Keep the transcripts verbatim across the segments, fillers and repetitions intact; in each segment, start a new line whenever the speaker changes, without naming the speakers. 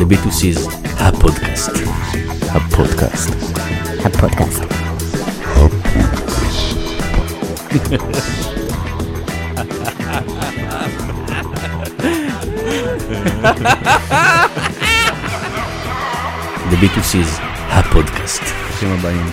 The בי טו C's, הפודקאסט. הפודקאסט.
הפודקאסט.
The בי טו C's, הפודקאסט.
ברוכים הבאים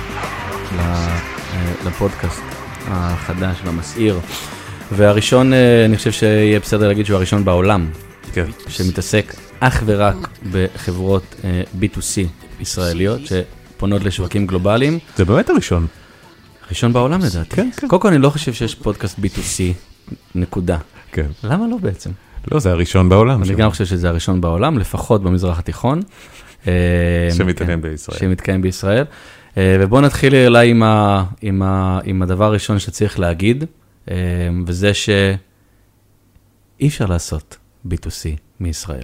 לפודקאסט החדש והמסעיר. והראשון, אני חושב שיהיה בסדר להגיד שהוא הראשון בעולם,
כן.
שמתעסק אך ורק בחברות בי טו סי ישראליות שפונות לשווקים גלובליים.
זה באמת הראשון.
ראשון בעולם לדעתי.
כן, כן.
קודם כל אני לא חושב שיש פודקאסט בי טו סי, נקודה.
כן.
למה לא בעצם?
לא, זה הראשון בעולם.
אני גם חושב שזה הראשון בעולם, לפחות במזרח התיכון.
שמתקיים בישראל.
שמתקיים בישראל. ובואו נתחיל אולי עם, ה, עם, ה, עם הדבר הראשון שצריך להגיד, וזה שאי אפשר לעשות בי טו סי מישראל.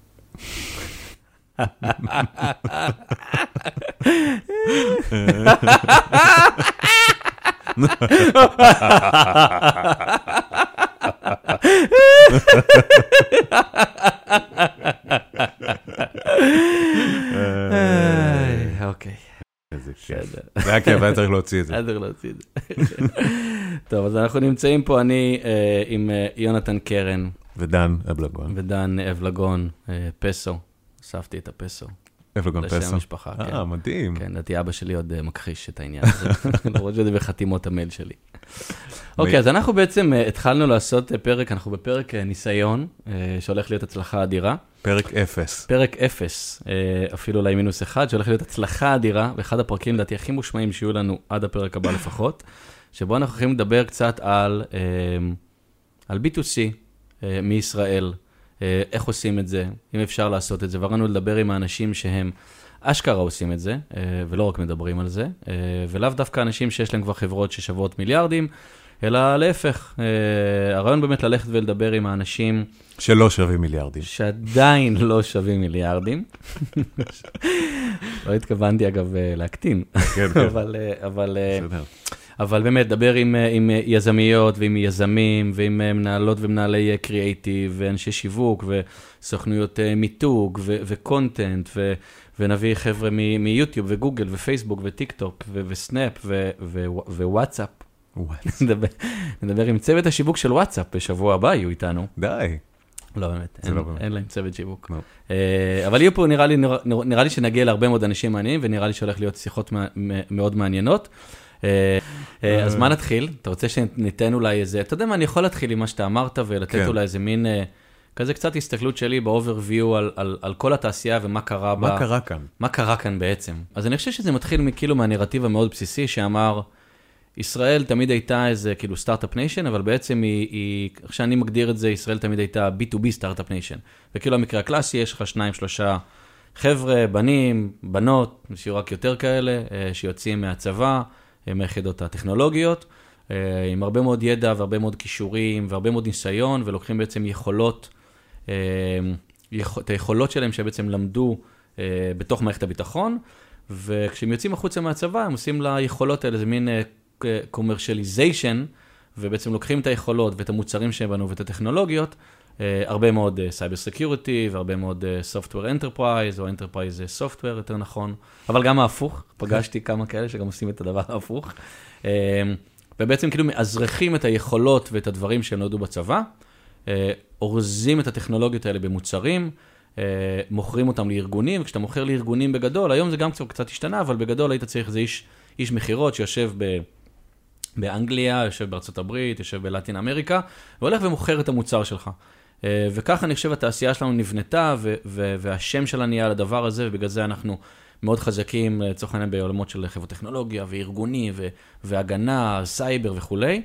אוקיי.
איזה כיף. זה היה כיף, היה צריך להוציא את זה.
היה צריך להוציא את זה. טוב, אז אנחנו נמצאים פה, אני עם יונתן קרן.
ודן אבלגון.
ודן אבלגון, פסו. אספתי את הפסו.
אבלגון פסו.
לשם המשפחה, כן.
אה, מדהים.
כן, לדעתי אבא שלי עוד מכחיש את העניין הזה. למרות שזה בחתימות המייל שלי. אוקיי, אז אנחנו בעצם התחלנו לעשות פרק, אנחנו בפרק ניסיון, שהולך להיות הצלחה אדירה.
פרק אפס.
פרק אפס, אפילו אולי מינוס אחד, שהולך להיות הצלחה אדירה, ואחד הפרקים לדעתי הכי מושמעים שיהיו לנו עד הפרק הבא לפחות, שבו אנחנו יכולים לדבר קצת על, על בי טו סי מישראל, איך עושים את זה, אם אפשר לעשות את זה, וראינו לדבר עם האנשים שהם אשכרה עושים את זה, ולא רק מדברים על זה, ולאו דווקא אנשים שיש להם כבר חברות ששוות מיליארדים, אלא להפך, הרעיון באמת ללכת ולדבר עם האנשים
שלא שווים מיליארדים.
שעדיין לא שווים מיליארדים. לא התכוונתי אגב להקטין, אבל, אבל, אבל באמת, דבר עם, עם יזמיות ועם יזמים ועם מנהלות ומנהלי קריאייטיב ואנשי שיווק וסוכנויות מיתוג וקונטנט ו... ונביא חבר'ה מיוטיוב וגוגל ופייסבוק וטיק טוק וסנאפ ווואטסאפ. נדבר עם צוות השיווק של וואטסאפ בשבוע הבא, יהיו איתנו.
די.
לא באמת, אין להם צוות שיווק. אבל יהיו פה, נראה לי שנגיע להרבה מאוד אנשים מעניינים, ונראה לי שהולך להיות שיחות מאוד מעניינות. אז מה נתחיל? אתה רוצה שניתן אולי איזה, אתה יודע מה, אני יכול להתחיל עם מה שאתה אמרת, ולתת אולי איזה מין, כזה קצת הסתכלות שלי באוברוויו על כל התעשייה ומה קרה בה.
מה קרה כאן?
מה קרה כאן בעצם? אז אני חושב שזה מתחיל כאילו מהנרטיב המאוד בסיסי שאמר, ישראל תמיד הייתה איזה כאילו סטארט-אפ ניישן, אבל בעצם היא, היא, איך שאני מגדיר את זה, ישראל תמיד הייתה בי טו בי סטארט-אפ ניישן. וכאילו המקרה הקלאסי, יש לך שניים, שלושה חבר'ה, בנים, בנות, שיהיו רק יותר כאלה, שיוצאים מהצבא, מהיחידות הטכנולוגיות, עם הרבה מאוד ידע והרבה מאוד כישורים והרבה מאוד ניסיון, ולוקחים בעצם יכולות, את היכולות שלהם שבעצם למדו בתוך מערכת הביטחון, וכשהם יוצאים החוצה מהצבא, הם עושים ליכולות האלה, זה מין commercialization, ובעצם לוקחים את היכולות ואת המוצרים שבנו ואת הטכנולוגיות, הרבה מאוד cyber security והרבה מאוד software enterprise, או enterprise software יותר נכון, אבל גם ההפוך, פגשתי כמה כאלה שגם עושים את הדבר ההפוך, ובעצם כאילו מאזרחים את היכולות ואת הדברים שהם נולדו בצבא, אורזים את הטכנולוגיות האלה במוצרים, מוכרים אותם לארגונים, וכשאתה מוכר לארגונים בגדול, היום זה גם קצת השתנה, אבל בגדול היית צריך איזה איש, איש מחירות שיושב ב... באנגליה, יושב בארצות הברית, יושב בלטין אמריקה, והולך ומוכר את המוצר שלך. וככה אני חושב התעשייה שלנו נבנתה, ו- ו- והשם שלה נהיה על הדבר הזה, ובגלל זה אנחנו מאוד חזקים, לצורך העניין בעולמות של חברות טכנולוגיה, וארגונים, ו- והגנה, סייבר וכולי.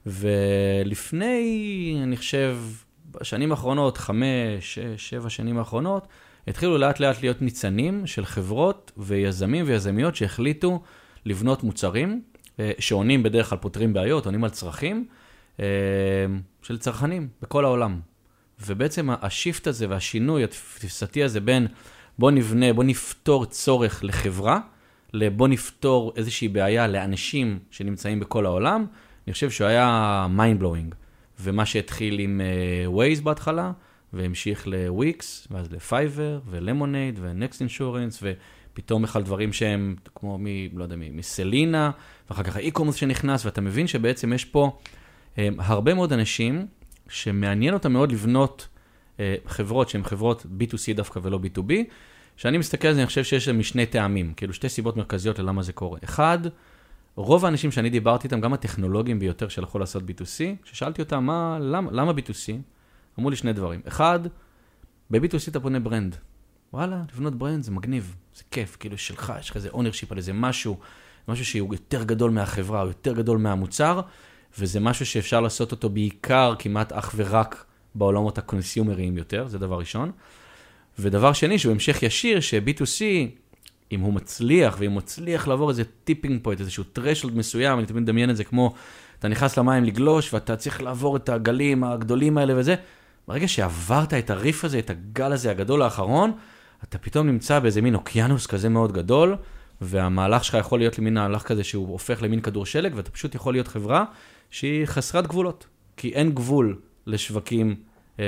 ולפני, אני חושב, בשנים האחרונות, חמש, שש, שבע שנים האחרונות, התחילו לאט לאט להיות ניצנים של חברות ויזמים ויזמיות שהחליטו לבנות מוצרים, שעונים בדרך כלל פותרים בעיות, עונים על צרכים, של צרכנים בכל העולם. ובעצם השיפט הזה והשינוי התפיסתי הזה בין בוא נבנה, בוא נפתור צורך לחברה, לבוא נפתור איזושהי בעיה לאנשים שנמצאים בכל העולם, אני חושב שהוא היה mind blowing. ומה שהתחיל עם Waze בהתחלה, והמשיך לוויקס, ואז לפייבר, ולמונייד, ונקסט אינשורנס, ופתאום בכלל דברים שהם כמו מ, לא יודע, מסלינה, ואחר כך האי-קומרס שנכנס, ואתה מבין שבעצם יש פה הם, הרבה מאוד אנשים שמעניין אותם מאוד לבנות אה, חברות שהן חברות בי טו סי דווקא ולא בי טו בי, שאני מסתכל על זה, אני חושב שיש להם משני טעמים, כאילו שתי סיבות מרכזיות ללמה זה קורה. אחד, רוב האנשים שאני דיברתי איתם, גם הטכנולוגיים ביותר שהלכו לעשות בי טו סי, ששאלתי אותם, מה, למה, למה בי טו סי? אמרו לי שני דברים. אחד, ב-בי טו סי אתה בונה ברנד. וואלה, לבנות ברנד זה מגניב, זה כיף, כאילו שלך, יש לך איזה אונרשיפ על איזה משהו, משהו שהוא יותר גדול מהחברה, או יותר גדול מהמוצר, וזה משהו שאפשר לעשות אותו בעיקר, כמעט אך ורק בעולמות הקונסיומריים יותר, זה דבר ראשון. ודבר שני, שהוא המשך ישיר, ש-בי טו סי, אם הוא מצליח, ואם הוא מצליח לעבור איזה טיפינג פוינט, איזשהו טרשולד מסוים, אני תמיד מדמיין את זה כמו, אתה נכנס למים לגלוש, ואתה צריך לעבור את הגלים הגדולים האלה וזה, ברגע שעברת את הריף הזה, את הגל הזה הגדול האחרון, אתה פתאום נמצא באיזה מין אוקיינוס כזה מאוד גדול, והמהלך שלך יכול להיות למין מהלך כזה שהוא הופך למין כדור שלג, ואתה פשוט יכול להיות חברה שהיא חסרת גבולות, כי אין גבול לשווקים אה,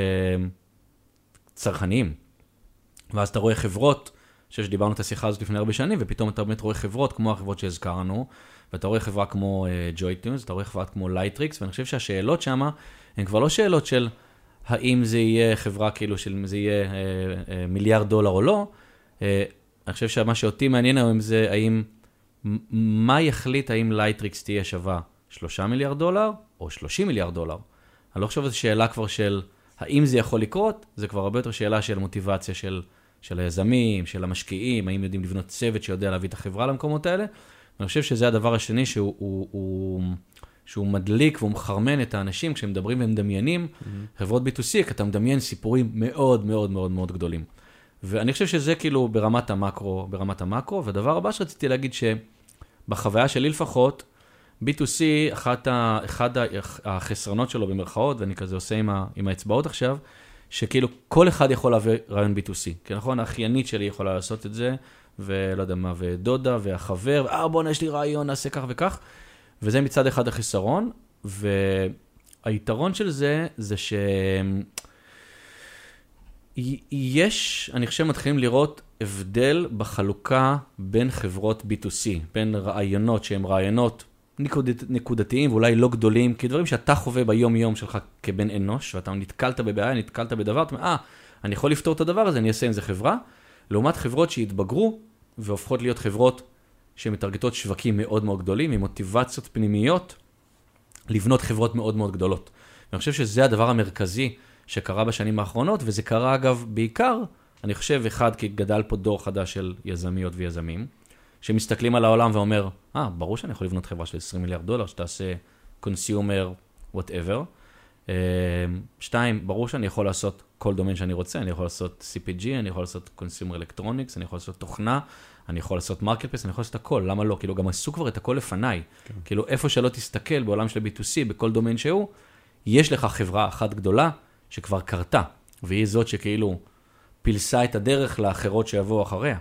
צרכניים. ואז אתה רואה חברות, שדיברנו את השיחה הזאת לפני הרבה שנים, ופתאום אתה באמת רואה חברות כמו החברות שהזכרנו, ואתה רואה חברה כמו ג'וי-טיונס, אתה רואה חברה כמו לייטריקס, ואני חושב שהשאלות שם, הן כבר לא שאלות של האם זה יהיה חברה כאילו, של אם זה יהיה אה, אה, מיליארד דולר או לא, אה, אני חושב שמה שאותי מעניין היום זה האם, מה יחליט האם לייטריקס תהיה שווה שלושה מיליארד דולר או שלושים מיליארד דולר? אני לא חושב שזו שאלה כבר של האם זה יכול לקרות, זה כבר הרבה יותר שאלה של מוטיבציה של, של היזמים, של המשקיעים, האם יודעים לבנות צוות שיודע להביא את החברה למקומות האלה. אני חושב שזה הדבר השני שהוא, הוא, הוא, שהוא מדליק והוא מחרמן את האנשים כשהם מדברים והם מדמיינים, mm-hmm. חברות בי טו סי, אתה מדמיין סיפורים מאוד מאוד מאוד מאוד גדולים. ואני חושב שזה כאילו ברמת המקרו, ברמת המקרו, והדבר הבא שרציתי להגיד שבחוויה שלי לפחות, בי טו סי, אחת ה, אחד החסרונות שלו במרכאות, ואני כזה עושה עם, ה, עם האצבעות עכשיו, שכאילו כל אחד יכול להביא רעיון בי טו סי. כי נכון, האחיינית שלי יכולה לעשות את זה, ולא יודע מה, ודודה, והחבר, אה בוא יש לי רעיון, נעשה כך וכך, וזה מצד אחד החיסרון, והיתרון של זה, זה ש... יש, אני חושב, מתחילים לראות הבדל בחלוקה בין חברות בי טו סי, בין רעיונות שהם רעיונות נקודת, נקודתיים ואולי לא גדולים, כי דברים שאתה חווה ביום יום שלך כבן אנוש, ואתה נתקלת בבעיה, נתקלת בדבר, אתה אומר, אה, אני יכול לפתור את הדבר הזה, אני אעשה עם זה חברה, לעומת חברות שהתבגרו והופכות להיות חברות שמטרגטות שווקים מאוד מאוד גדולים, עם מוטיבציות פנימיות, לבנות חברות מאוד מאוד גדולות. ואני חושב שזה הדבר המרכזי שקרה בשנים האחרונות, וזה קרה אגב בעיקר, אני חושב אחד, כי גדל פה דור חדש של יזמיות ויזמים, שמסתכלים על העולם ואומר, אה, ברור שאני יכול לבנות חברה של עשרים מיליארד דולר, שתעשה consumer, whatever. שתיים, ברור שאני יכול לעשות כל דומיין שאני רוצה, אני יכול לעשות סי פי ג'י, אני יכול לעשות consumer electronics, אני יכול לעשות תוכנה, אני יכול לעשות marketplace, אני יכול לעשות הכל, למה לא? כאילו גם עשו כבר את הכל לפניי. כן. כאילו איפה שלא תסתכל בעולם של בי טו סי, בכל דומיין שהוא, יש לך חברה אחת גדולה שכבר קרתה, והיא זאת שכאילו פילסה את הדרך לאחרות שיבואו אחריה.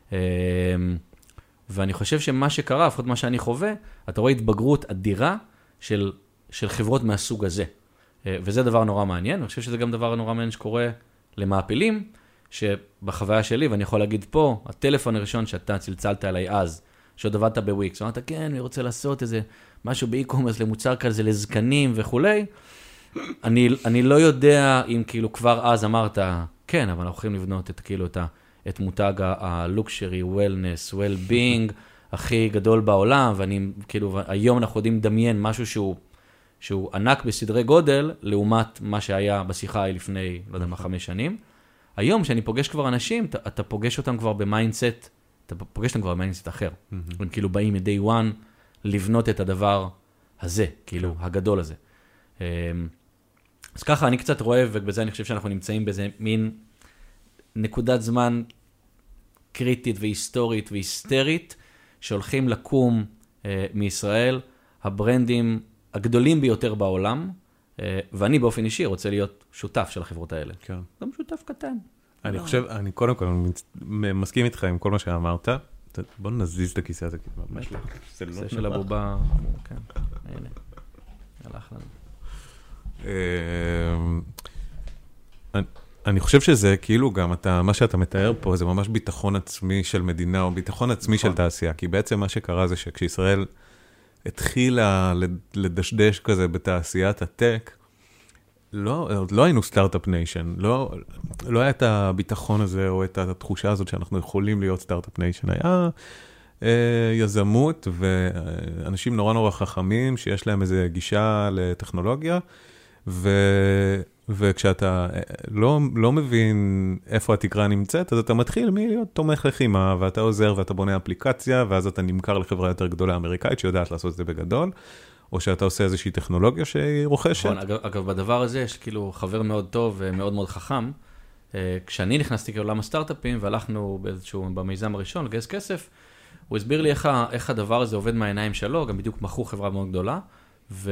ואני חושב שמה שקרה, לפחות מה שאני חווה, אתה רואה התבגרות אדירה של, של חברות מהסוג הזה. וזה דבר נורא מעניין, ואני חושב שזה גם דבר נורא מעניין שקורה למעפילים, שבחוויה שלי, ואני יכול להגיד פה, הטלפון הראשון שאתה צלצלת עליי אז, שעוד עבדת בוויקס, אמרת, כן, אני רוצה לעשות איזה משהו באי-קומרס למוצר כזה לזקנים וכולי, אני, אני לא יודע אם כאילו כבר אז אמרת, כן, אבל אנחנו יכולים לבנות את, כאילו, את, ה, את מותג ה-luxury, wellness, well-being, הכי גדול בעולם, ואני, כאילו, היום אנחנו יודעים לדמיין משהו שהוא, שהוא ענק בסדרי גודל, לעומת מה שהיה בשיחה ההיא לפני, לא יודע מה, חמש שנים. היום, כשאני פוגש כבר אנשים, אתה, אתה פוגש אותם כבר במיינדסט, אתה פוגש אותם כבר במיינדסט אחר. Mm-hmm. הם כאילו באים מ-day one לבנות את הדבר הזה, כאילו, הגדול הזה. אז ככה אני קצת רואה, ובזה אני חושב שאנחנו נמצאים באיזה מין נקודת זמן קריטית והיסטורית והיסטרית, שהולכים לקום אה, מישראל, הברנדים הגדולים ביותר בעולם, אה, ואני באופן אישי רוצה להיות שותף של החברות האלה.
כן.
גם שותף קטן.
אני
לא.
חושב, אני קודם כל מסכים איתך עם כל מה שאמרת, בוא נזיז את הכיסא הזה, ממש לא.
זה לא של הבובה, כן, הנה, הלך לנו.
אני חושב שזה כאילו גם אתה, מה שאתה מתאר פה, זה ממש ביטחון עצמי של מדינה, או ביטחון עצמי
נכון.
של תעשייה, כי בעצם מה שקרה זה שכשישראל התחילה לדשדש כזה בתעשיית הטק, לא, לא היינו סטארט-אפ ניישן, לא, לא היה את הביטחון הזה, או את התחושה הזאת שאנחנו יכולים להיות סטארט-אפ ניישן, היה אה, יזמות, ואנשים נורא נורא חכמים, שיש להם איזו גישה לטכנולוגיה, ו... וכשאתה לא, לא מבין איפה התקרה נמצאת, אז אתה מתחיל מלהיות תומך לחימה, ואתה עוזר ואתה בונה אפליקציה, ואז אתה נמכר לחברה יותר גדולה אמריקאית, שיודעת לעשות את זה בגדול, או שאתה עושה איזושהי טכנולוגיה שהיא רוכשת.
נכון, אגב, אגב, בדבר הזה יש כאילו חבר מאוד טוב ומאוד מאוד חכם. כשאני נכנסתי לעולם הסטארט-אפים, והלכנו באיזשהו, במיזם הראשון, לגייס כסף, הוא הסביר לי איך, איך הדבר הזה עובד מהעיניים שלו, גם בדיוק מכרו חברה מאוד גדולה, ו...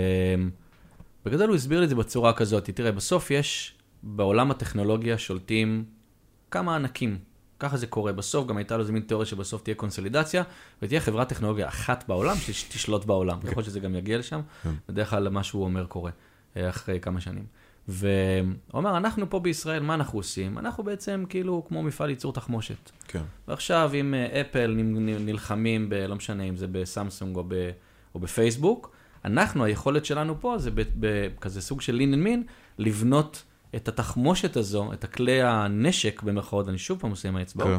בגדול הוא הסביר לי את זה בצורה כזאת. תראה, בסוף יש בעולם הטכנולוגיה שולטים כמה ענקים. ככה זה קורה. בסוף גם הייתה לו איזה מין תיאוריה שבסוף תהיה קונסולידציה, ותהיה חברת טכנולוגיה אחת בעולם שתשלוט בעולם. יכול להיות שזה גם יגיע לשם. בדרך כלל מה שהוא אומר קורה אחרי כמה שנים. והוא אומר, אנחנו פה בישראל, מה אנחנו עושים? אנחנו בעצם כאילו כמו מפעל ייצור תחמושת.
כן.
ועכשיו אם אפל נלחמים ב, לא משנה אם זה בסמסונג או, ב, או בפייסבוק, אנחנו, היכולת שלנו פה, זה בכזה סוג של לין אנד מין, לבנות את התחמושת הזו, את הכלי הנשק במרכאות, אני שוב פעם עושה עם האצבעות,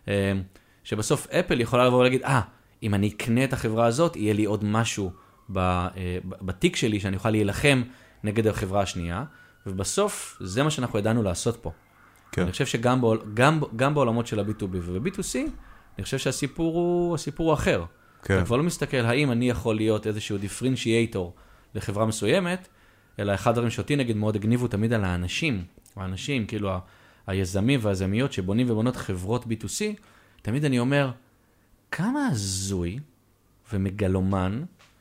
שבסוף אפל יכולה לבוא ולהגיד, אה, אם אני אקנה את החברה הזאת, יהיה לי עוד משהו בתיק שלי, שאני אוכל להילחם נגד החברה השנייה, ובסוף זה מה שאנחנו ידענו לעשות פה. כן. אני חושב שגם בעול, גם, גם בעולמות של ה-בי טו בי וב-בי טו סי, אני חושב שהסיפור הוא, הסיפור הוא אחר. כן. אתה כבר לא מסתכל, האם אני יכול להיות איזשהו דיפרנציאטור לחברה מסוימת, אלא אחד הדברים שאותי נגיד מאוד הגניבו תמיד על האנשים, האנשים, כאילו ה- היזמים והיזמיות שבונים ובונות חברות בי טו סי, תמיד אני אומר, כמה הזוי ומגלומן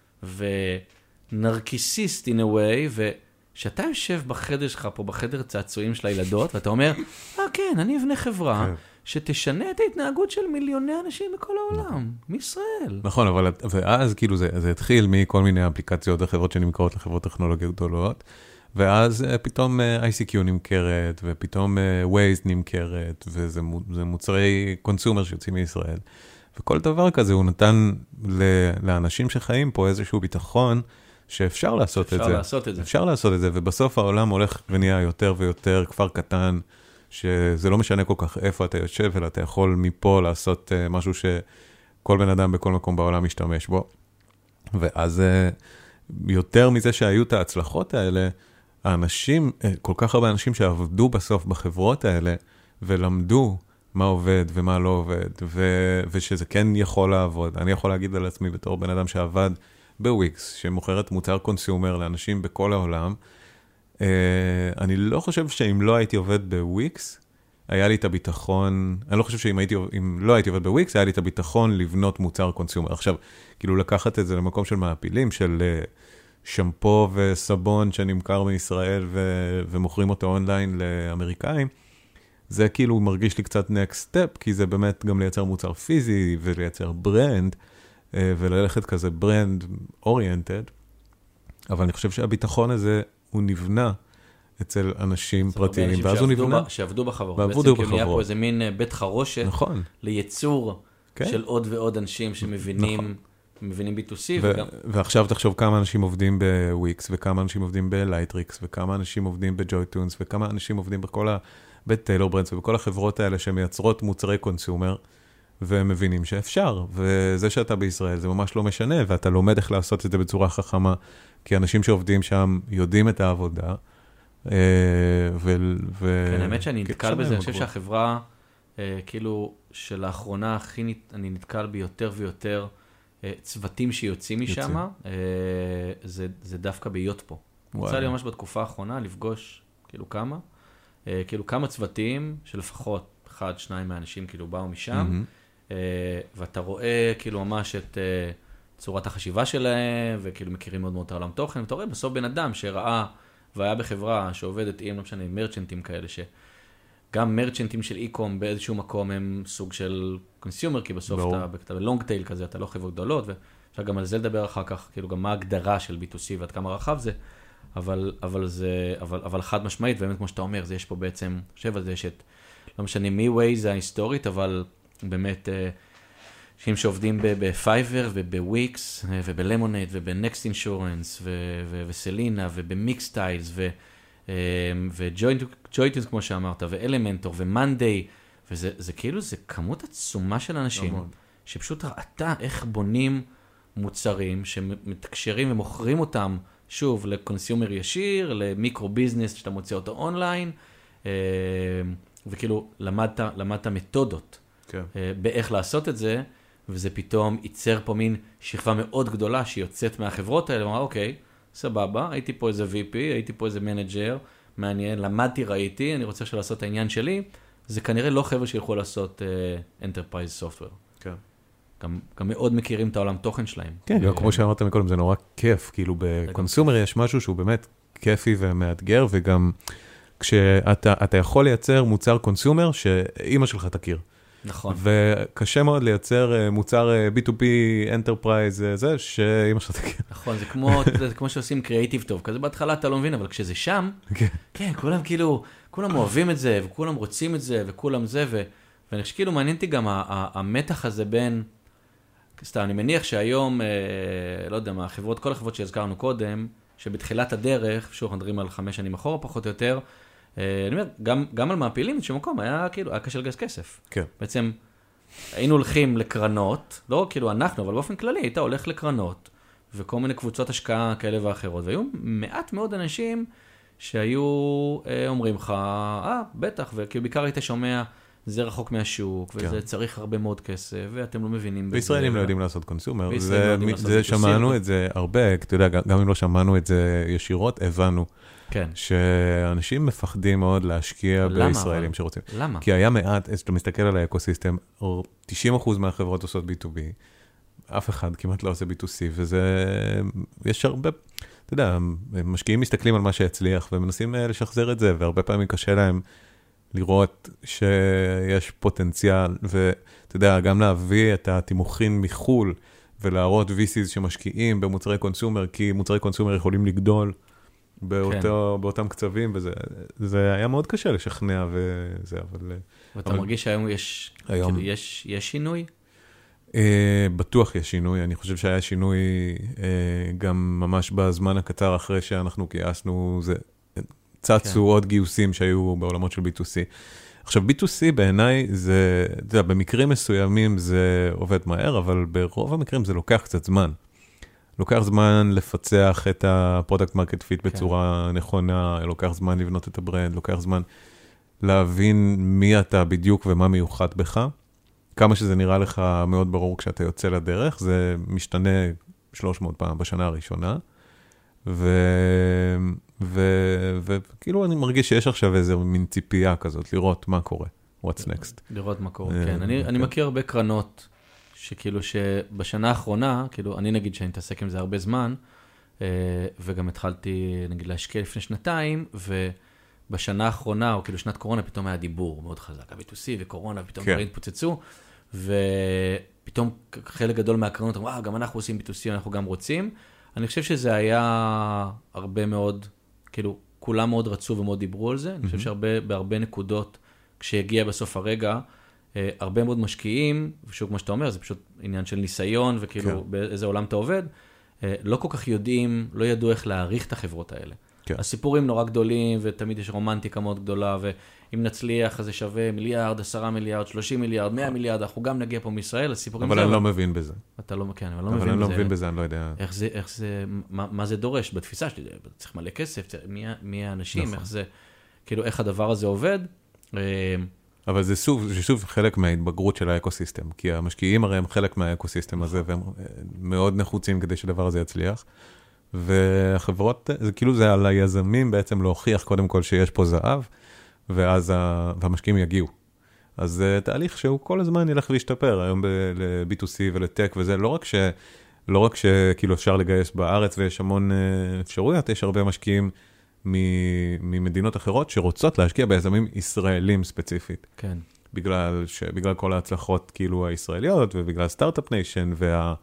ונרקיסיסט in a way, ושאתה יושב בחדר שלך פה, בחדר צעצועים של הילדות, ואתה אומר, אה כן, אני אבנה חברה, שתשנה את ההתנהגות של מיליוני אנשים בכל העולם, מישראל.
נכון, אבל ואז כאילו זה, זה התחיל מכל מיני אפליקציות וחברות שנמכרות לחברות טכנולוגיות גדולות, ואז פתאום איי סי קיו נמכרת, ופתאום Waze נמכרת, וזה מוצרי קונסומר שיוצאים מישראל. וכל דבר כזה הוא נתן לאנשים שחיים פה איזשהו ביטחון, שאפשר לעשות את זה.
אפשר לעשות את זה.
אפשר לעשות את זה, ובסוף העולם הולך ונהיה יותר ויותר כפר קטן, שזה לא משנה כל כך איפה אתה יושב, אלא אתה יכול מפה לעשות uh, משהו שכל בן אדם בכל מקום בעולם משתמש בו. ואז uh, יותר מזה שהיו את ההצלחות האלה, האנשים, uh, כל כך הרבה אנשים שעבדו בסוף בחברות האלה, ולמדו מה עובד ומה לא עובד, ו- ושזה כן יכול לעבוד. אני יכול להגיד על עצמי בתור בן אדם שעבד בוויקס, שמוכרת מוצר קונסיומר לאנשים בכל העולם, Uh, אני לא חושב שאם לא הייתי עובד בוויקס, היה לי את הביטחון, אני לא חושב שאם הייתי, אם לא הייתי עובד בוויקס, היה לי את הביטחון לבנות מוצר קונסיומר. עכשיו, כאילו לקחת את זה למקום של מעפילים, של uh, שמפו וסבון שנמכר מישראל ו- ומוכרים אותו אונליין לאמריקאים, זה כאילו מרגיש לי קצת next step, כי זה באמת גם לייצר מוצר פיזי ולייצר ברנד, uh, וללכת כזה ברנד אוריינטד, אבל אני חושב שהביטחון הזה הוא נבנה אצל אנשים פרטיים, ואז הוא נבנה.
שעבדו בחברות.
ועבדו בחברות.
בעצם נהיה פה איזה מין בית חרושת,
נכון.
לייצור
כן.
של עוד ועוד אנשים שמבינים,
נכון.
מבינים בי טו סי.
ו-
וגם...
ועכשיו תחשוב כמה אנשים עובדים בוויקס, וכמה אנשים עובדים בלייטריקס, וכמה אנשים עובדים בג'וי-טונס, וכמה אנשים עובדים בכל ה... בטיילור ברנדס, ובכל החברות האלה שמייצרות מוצרי קונסיומר, והם מבינים שאפשר, וזה שאתה בישראל זה ממש לא משנה, ואתה לומד איך לעשות את זה בצורה חכמה, כי אנשים שעובדים שם יודעים את העבודה, ו...
כן, האמת שאני נתקל בזה, אני חושב שהחברה, כאילו, שלאחרונה הכי אני נתקל בי יותר ויותר צוותים שיוצאים משם, זה דווקא ביות פה. יצא לי ממש בתקופה האחרונה לפגוש, כאילו כמה, כאילו כמה צוותים שלפחות אחד, שניים מהאנשים כאילו באו משם, ואתה רואה כאילו ממש את צורת החשיבה שלהם, וכאילו מכירים מאוד מאוד את העולם תוכן, ואתה רואה בסוף בן אדם שראה והיה בחברה שעובדת עם, לא משנה, מרצ'נטים כאלה, שגם מרצ'נטים של אי-קום באיזשהו מקום הם סוג של קונסיומר, כי בסוף אתה בלונג טייל כזה, אתה לא חברות גדולות, ואפשר גם על זה לדבר אחר כך, כאילו גם מה ההגדרה של בי טו סי ועד כמה רחב זה, אבל, אבל זה, אבל, אבל חד משמעית, באמת כמו שאתה אומר, זה יש פה בעצם, חושב על זה, יש את, לא משנה מי ווי זה ההיסטורית, אבל באמת, אנשים שעובדים בפייבר ובוויקס ובלמונד ובנקסט אינשורנס וסלינה ובמיקסטיילס וג'וינטינס כמו שאמרת ואלמנטור ומנדיי, וזה זה כאילו, זה כמות עצומה של אנשים שפשוט ראתה איך בונים מוצרים שמתקשרים ומוכרים אותם שוב לקונסיומר ישיר, למיקרו ביזנס שאתה מוצא אותו אונליין, וכאילו למדת, למדת מתודות כן. באיך לעשות את זה, וזה פתאום ייצר פה מין שכבה מאוד גדולה שיוצאת מהחברות האלה, ואומרה, אוקיי, סבבה, הייתי פה איזה וי פי, הייתי פה איזה מנג'ר, מעניין, למדתי, ראיתי, אני רוצה עכשיו לעשות את העניין שלי, זה כנראה לא חבר'ה שילכו לעשות Enterprise Software. כן. גם, גם מאוד מכירים את העולם תוכן שלהם.
כן, גם כמו שאמרת מקודם, זה נורא כיף, כאילו בקונסומר יש משהו שהוא באמת כיפי ומאתגר, וגם כשאתה אתה יכול לייצר מוצר קונסומר שאימא שלך תכיר.
נכון.
וקשה מאוד לייצר מוצר בי טו בי Enterprise זה, שאימא שלך תכיר.
נכון, זה כמו, זה כמו שעושים קריאיטיב טוב, כזה בהתחלה אתה לא מבין, אבל כשזה שם, כן, כולם כאילו, כולם אוהבים את זה, וכולם רוצים את זה, וכולם זה, ו... ואני חושב כאילו מעניין אותי גם המתח הזה בין, סתם, אני מניח שהיום, לא יודע מה, החברות, כל החברות שהזכרנו קודם, שבתחילת הדרך, שוב, אנחנו מדברים על חמש שנים אחורה, פחות או יותר, אני אומר, גם, גם על מעפילים, איזשהו מקום, היה כאילו, היה קשה לגייס כסף.
כן.
בעצם, היינו הולכים לקרנות, לא כאילו אנחנו, אבל באופן כללי, היית הולך לקרנות, וכל מיני קבוצות השקעה כאלה ואחרות, והיו מעט מאוד אנשים שהיו אומרים לך, אה, בטח, וכאילו בעיקר היית שומע, זה רחוק מהשוק, וזה צריך הרבה מאוד כסף, ואתם לא מבינים בזה.
בישראלים לא יודעים לעשות קונסומר, זה שמענו את זה הרבה, אתה יודע, גם אם לא שמענו את זה ישירות, הבנו.
כן.
שאנשים מפחדים מאוד להשקיע בישראלים שרוצים.
למה?
כי היה מעט, אז אתה מסתכל על האקוסיסטם, תשעים אחוז מהחברות עושות בי טו בי, אף אחד כמעט לא עושה בי טו סי, וזה, יש הרבה, אתה יודע, משקיעים מסתכלים על מה שהצליח, ומנסים לשחזר את זה, והרבה פעמים קשה להם לראות שיש פוטנציאל, ואתה יודע, גם להביא את התימוכין מחול, ולהראות וי סיז שמשקיעים במוצרי קונסומר, כי מוצרי קונסומר יכולים לגדול, באותו, באותם קצבים, וזה זה היה מאוד קשה לשכנע וזה, אבל...
ואתה אבל... מרגיש שהיום יש, היום... כאילו יש, יש שינוי?
אה, בטוח יש שינוי, אני חושב שהיה שינוי אה, גם ממש בזמן הקצר אחרי שאנחנו גייסנו, זה צצו כן. עוד גיוסים שהיו בעולמות של בי טו סי. עכשיו, בי טו סי בעיניי זה, זה, במקרים מסוימים זה עובד מהר, אבל ברוב המקרים זה לוקח קצת זמן. לוקח זמן לפצח את הפרודקט מרקט פיט בצורה נכונה, לוקח זמן לבנות את הברנד, לוקח זמן להבין מי אתה בדיוק ומה מיוחד בך. כמה שזה נראה לך מאוד ברור כשאתה יוצא לדרך, זה משתנה שלוש מאות פעם בשנה הראשונה. וכאילו אני מרגיש שיש עכשיו איזו מין ציפייה כזאת, לראות מה קורה, what's next.
לראות מה קורה, כן. אני מכיר הרבה קרנות, שכאילו שבשנה האחרונה, כאילו אני נגיד שאני מתעסק עם זה הרבה זמן, וגם התחלתי נגיד להשקיע לפני שנתיים, ובשנה האחרונה, או כאילו שנת קורונה, פתאום היה דיבור מאוד חזק, בי טו סי וקורונה, ופתאום דברים התפוצצו, ופתאום חלק גדול מהקרנות אמרו, אה, גם אנחנו עושים בי טו סי, אנחנו גם רוצים. אני חושב שזה היה הרבה מאוד, כאילו, כולם מאוד רצו ומאוד דיברו על זה, אני חושב שבהרבה נקודות, כשהגיע בסוף הרגע, הרבה מאוד משקיעים, ושוב, כמו שאתה אומר, זה פשוט עניין של ניסיון, וכאילו, באיזה עולם אתה עובד, לא כל כך יודעים, לא ידעו איך להעריך את החברות האלה. הסיפורים נורא גדולים, ותמיד יש רומנטיקה מאוד גדולה, ואם נצליח, אז זה שווה מיליארד, עשרה מיליארד, שלושים מיליארד, מאה מיליארד, אנחנו גם נגיע פה מישראל, הסיפורים...
אבל אני לא מבין בזה.
אתה לא, כן, אבל לא
מבין
בזה.
אבל אני לא מבין בזה, אני לא יודע.
איך זה, איך זה, מה זה דורש בתפיסה שלי? צריך מלא כסף, מי האנשים, איך זה, כאילו, איך הדבר הזה עובד.
אבל זה שוב, זה שוב חלק מההתבגרות של האקוסיסטם, כי המשקיעים הרי הם חלק מהאקוסיסטם הזה, והם מאוד נחוצים כדי שדבר הזה יצליח. והחברות, זה כאילו זה על היזמים בעצם להוכיח קודם כל שיש פה זהב, ואז המשקיעים יגיעו. אז זה תהליך שהוא כל הזמן ילך וישתפר, היום ל-בי טו סי ולטק וזה, לא רק ש, לא רק שכאילו אפשר לגייס בארץ ויש המון אפשרויות, יש הרבה משקיעים ממדינות אחרות שרוצות להשקיע ביזמים ישראלים ספציפית.
כן.
בגלל ש, בגלל כל ההצלחות כאילו הישראליות, ובגלל סטארט-אפ ניישן, וה,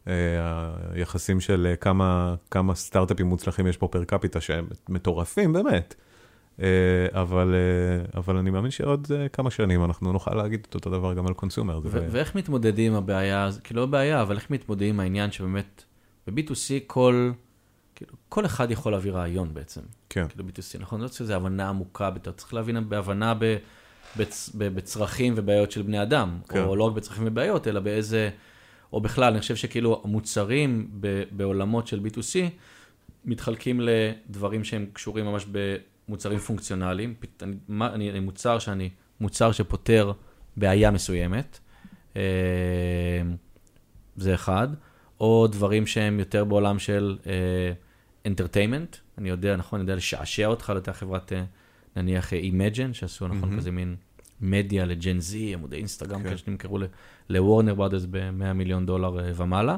היחסים של כמה, כמה סטארט-אפים מוצלחים יש פה פר קפיטה שהם מטורפים, באמת. אבל, אבל אני מאמין שעוד כמה שנים אנחנו נוכל להגיד את אותו דבר גם על קונסומר.
ו- ואיך מתמודדים עם הבעיה, כי לא בעיה, אבל איך מתמודדים עם העניין שבאמת, ב-בי טו סי כל, כאילו, כל אחד יכול להביא רעיון בעצם.
כן.
כאילו בי טו סי, נכון? לא צריך איזו הבנה עמוקה, אתה צריך להבין בהבנה ב, בצ, ב, בצרכים ובעיות של בני אדם, כן. או לא רק בצרכים ובעיות, אלא באיזה, או בכלל, אני חושב שכאילו המוצרים ב, בעולמות של בי טו סי, מתחלקים לדברים שהם קשורים ממש ב... מוצרים פונקציונליים, אני, אני, אני מוצר שאני, מוצר שפותר בעיה מסוימת, זה אחד, או דברים שהם יותר בעולם של entertainment, אני יודע, נכון, אני יודע לשעשע אותך, לתת חברת, נניח, Imagine, שעשו, נכון, כזה מין מדיה לג'ן זי, עמודי אינסטגרם, כאלה שנמכרו לוורנר ברודרס ב-מאה מיליון דולר ומעלה,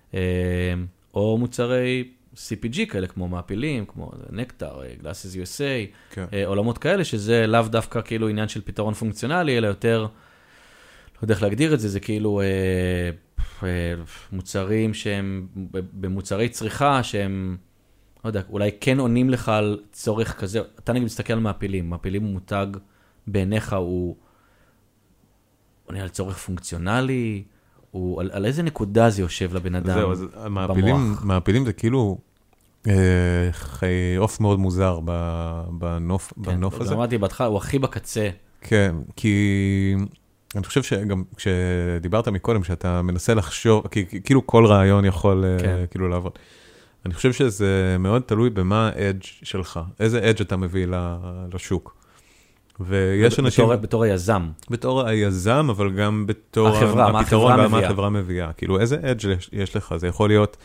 או מוצרי סי פי ג'י כאלה, כמו מעפילים, כמו נקטר, גלאסס יו אס איי, כן. עולמות כאלה, שזה לאו דווקא כאילו עניין של פתרון פונקציונלי, אלא יותר, לא יודע איך להגדיר את זה, זה כאילו אה, אה, מוצרים שהם, במוצרי צריכה, שהם, לא יודע, אולי כן עונים לך על צורך כזה, אתה נגיד מסתכל על מעפילים, מעפילים הוא מותג בעיניך, הוא עונה על צורך פונקציונלי, הוא, על, על איזה נקודה זה יושב לבן אדם
זהו, אז המעפילים, מעפילים זה כאילו אה, חי אוף מאוד מוזר בנוף, כן, בנוף הזה.
אמרתי, בהתחלה הוא הכי בקצה.
כן, כי אני חושב שגם כשדיברת מקודם, שאתה מנסה לחשוב, כי כאילו כל רעיון יכול כן. כאילו לעבוד. אני חושב שזה מאוד תלוי במה האדג' שלך, איזה אדג' אתה מביא לשוק. ויש אנשים...
בתור, בתור היזם.
בתור היזם, אבל גם בתור...
החברה,
הפתרון מה החברה מביאה. כאילו, איזה אדג' יש לך? זה יכול להיות,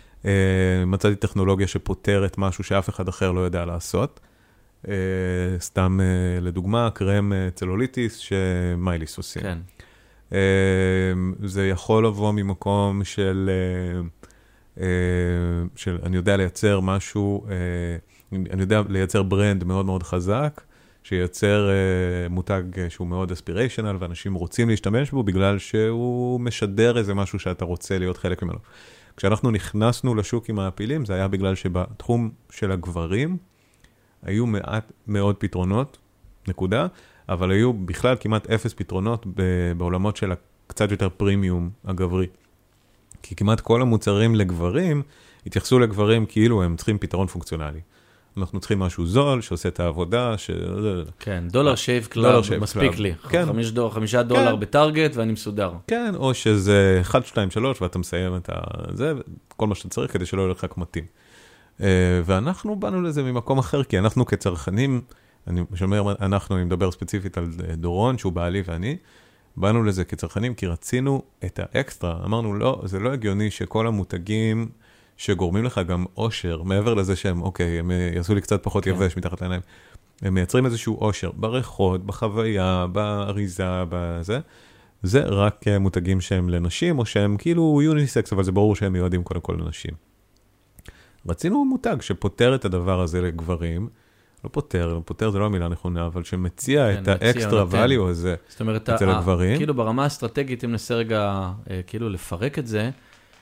אה, מצאתי טכנולוגיה שפותרת משהו שאף אחד אחר לא יודע לעשות. אה, סתם אה, לדוגמה, קרם אה, צלוליטיס שמייליס עושים. כן. אה, זה יכול לבוא ממקום של, אה, אה, של, אני יודע לייצר משהו, אה, אני יודע לייצר ברנד מאוד מאוד חזק, שייצר uh, מותג שהוא מאוד אספיריישנל, ואנשים רוצים להשתמש בו, בגלל שהוא משדר איזה משהו שאתה רוצה להיות חלק ממנו. כשאנחנו נכנסנו לשוק עם העפילים, זה היה בגלל שבתחום של הגברים, היו מעט מאוד פתרונות, נקודה, אבל היו בכלל כמעט אפס פתרונות בעולמות של קצת יותר פרימיום הגברי. כי כמעט כל המוצרים לגברים, התייחסו לגברים כאילו הם צריכים פתרון פונקציונלי. אנחנו צריכים משהו זול, שעושה את העבודה, ש...
כן, דולר שייב קלאב, מספיק לי. חמישה דולר בטארגט ואני מסודר.
כן, או שזה אחד, שתיים, שלוש, ואתה מסיים את זה, כל מה שאתה צריך כדי שלא יהיה לך כמתים. ואנחנו באנו לזה ממקום אחר, כי אנחנו כצרכנים, אני שאומר, אנחנו, אני מדבר ספציפית על דורון, שהוא בעלי ואני, באנו לזה כצרכנים, כי רצינו את האקסטרה. אמרנו, לא, זה לא הגיוני שכל המותגים שגורמים לך גם אושר, מעבר לזה שהם, אוקיי, הם יעשו לי קצת פחות יבש מתחת לעיניים, הם מייצרים איזשהו אושר בריחות, בחוויה, באריזה, בזה. זה רק מותגים שהם לנשים, או שהם כאילו יוניסקס, אבל זה ברור שהם מיועדים קודם כל לנשים. רצינו מותג שפותר את הדבר הזה לגברים, לא פותר, פותר זה לא המילה נכונה, אבל שמציע את האקסטרה ואליו הזה אצל הגברים.
כאילו ברמה האסטרטגית, אם ננסה רגע כאילו לפרק את זה,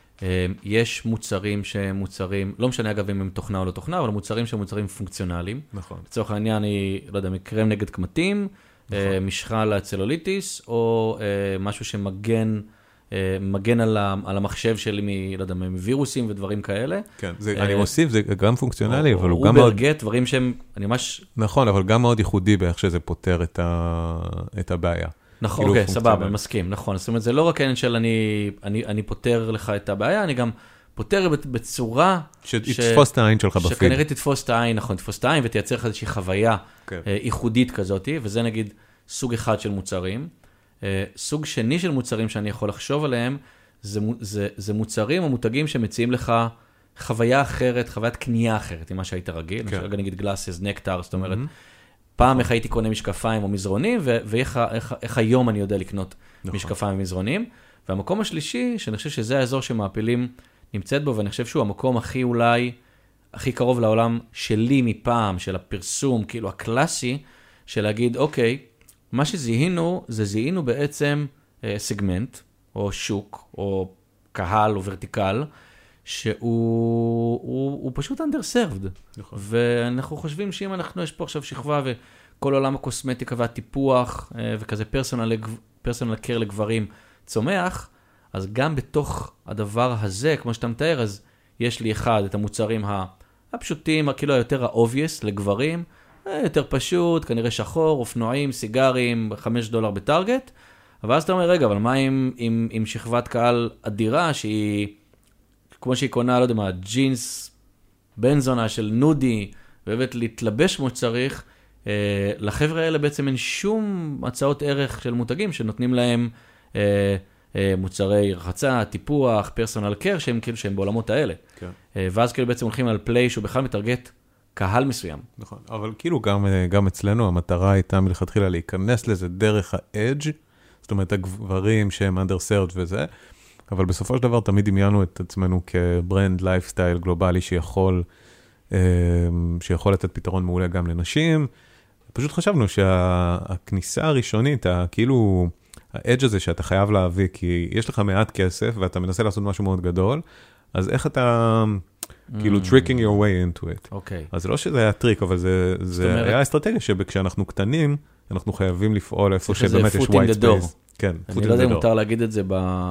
יש מוצרים שהם מוצרים, לא משנה אגב אם הם תוכנה או לא תוכנה, אבל מוצרים שהם מוצרים פונקציונליים.
נכון.
לצורך העניין היא, לא יודע, מקרם נגד קמטים, נכון. משחה לצלוליטיס, או משהו שמגן, מגן על המחשב שלי מ, לא יודע, מווירוסים ודברים כאלה.
כן, זה, אני מוסיף, זה גם פונקציונלי, אבל הוא גם
מאוד... אובר גט, דברים שהם, אני ממש...
נכון, אבל גם מאוד ייחודי באיך שזה פותר את, ה... את הבעיה.
נכון, אוקיי, סבבה, מסכים, נכון. זאת אומרת, זה לא רק העניין של אני, אני, אני פותר לך את הבעיה, אני גם פותר בצורה...
שתתפוס את העין שלך בפיד.
שכנראה תתפוס את העין, נכון, תתפוס את העין ותייצר לך איזושהי חוויה ייחודית כזאת, וזה נגיד סוג אחד של מוצרים. סוג שני של מוצרים שאני יכול לחשוב עליהם, זה, זה, זה מוצרים או מותגים שמציעים לך חוויה אחרת, חוויית קנייה אחרת, ממה שהיית רגיל. כן. רגע נגיד גלאסס, נקטר, זאת אומרת, mm-hmm. פעם איך הייתי קונה משקפיים או מזרונים, ו- ואיך איך, איך היום אני יודע לקנות נכון. משקפיים ומזרונים. והמקום השלישי, שאני חושב שזה האזור שמעפילים נמצאת בו, ואני חושב שהוא המקום הכי אולי, הכי קרוב לעולם שלי מפעם, של הפרסום, כאילו הקלאסי, של להגיד, אוקיי, מה שזיהינו, זה זיהינו בעצם אה, סגמנט, או שוק, או קהל או ורטיקל, שהוא הוא, הוא פשוט underserved.
נכון.
ואנחנו חושבים שאם אנחנו, יש פה עכשיו שכבה וכל עולם הקוסמטיקה והטיפוח, וכזה פרסונל, פרסונל קר לגברים צומח, אז גם בתוך הדבר הזה, כמו שאתה מתאר, אז יש לי אחד, את המוצרים הפשוטים, כאילו היותר ה-obvious לגברים, יותר פשוט, כנראה שחור, אופנועים, סיגרים, חמש דולר בטארגט, אבל אז אתה אומר, רגע, אבל מה עם, עם, עם שכבת קהל אדירה, שהיא, כמו שהיא קונה, לא יודע מה, ג'ינס, בן זונה של נודי, ואוהבת להתלבש כמו שצריך, אה, לחבר'ה האלה בעצם אין שום הצעות ערך של מותגים, שנותנים להם אה, אה, מוצרי רחצה, טיפוח, פרסונל קר, שהם כאילו שהם בעולמות האלה.
כן.
אה, ואז כאילו בעצם הולכים על פליי, שהוא בכלל מטרגט קהל מסוים.
נכון, אבל כאילו גם, גם אצלנו המטרה הייתה מלכתחילה להיכנס לזה דרך האדג', זאת אומרת הגברים שהם underserved וזה, אבל בסופו של דבר תמיד דמיינו את עצמנו כברנד לייפסטייל גלובלי שיכול, שיכול לתת פתרון מעולה גם לנשים. פשוט חשבנו שהכניסה הראשונית, כאילו האדג' הזה שאתה חייב להביא, כי יש לך מעט כסף ואתה מנסה לעשות משהו מאוד גדול, אז איך אתה... כאילו tricking your way into it.
אוקיי.
אז לא שזה היה טריק, אבל זה, זה היה אסטרטגיה שכשאנחנו קטנים, אנחנו חייבים לפעול איפה שבאמת יש white space. כן,
אני לא יודע אם מותר להגיד את זה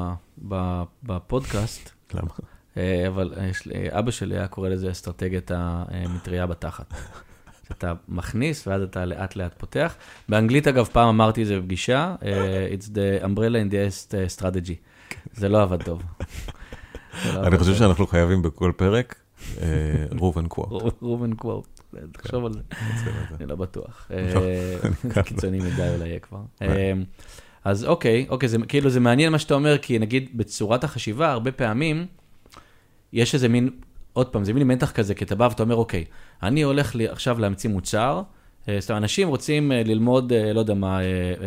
בפודקאסט.
למה?
אבל אבא שלי היה קורא לזה אסטרטגיית המטריה בתחת. אתה מכניס ואז אתה לאט לאט פותח. באנגלית אגב פעם אמרתי את זה בפגישה, it's the umbrella in the strategy. זה לא עבד טוב.
אני חושב שאנחנו חייבים בכל פרק, רובן קוואט.
רובן קוואט, תחשוב על זה. אני לא בטוח. קיצוני מדי אולי יהיה כבר. אז אוקיי, אוקיי, כאילו זה מעניין מה שאתה אומר, כי נגיד בצורת החשיבה, הרבה פעמים, יש איזה מין, עוד פעם, זה מין מתח כזה, כי אתה בא ואתה אומר, אוקיי, אני הולך עכשיו להמציא מוצר, זאת אומרת, אנשים רוצים ללמוד, לא יודע מה,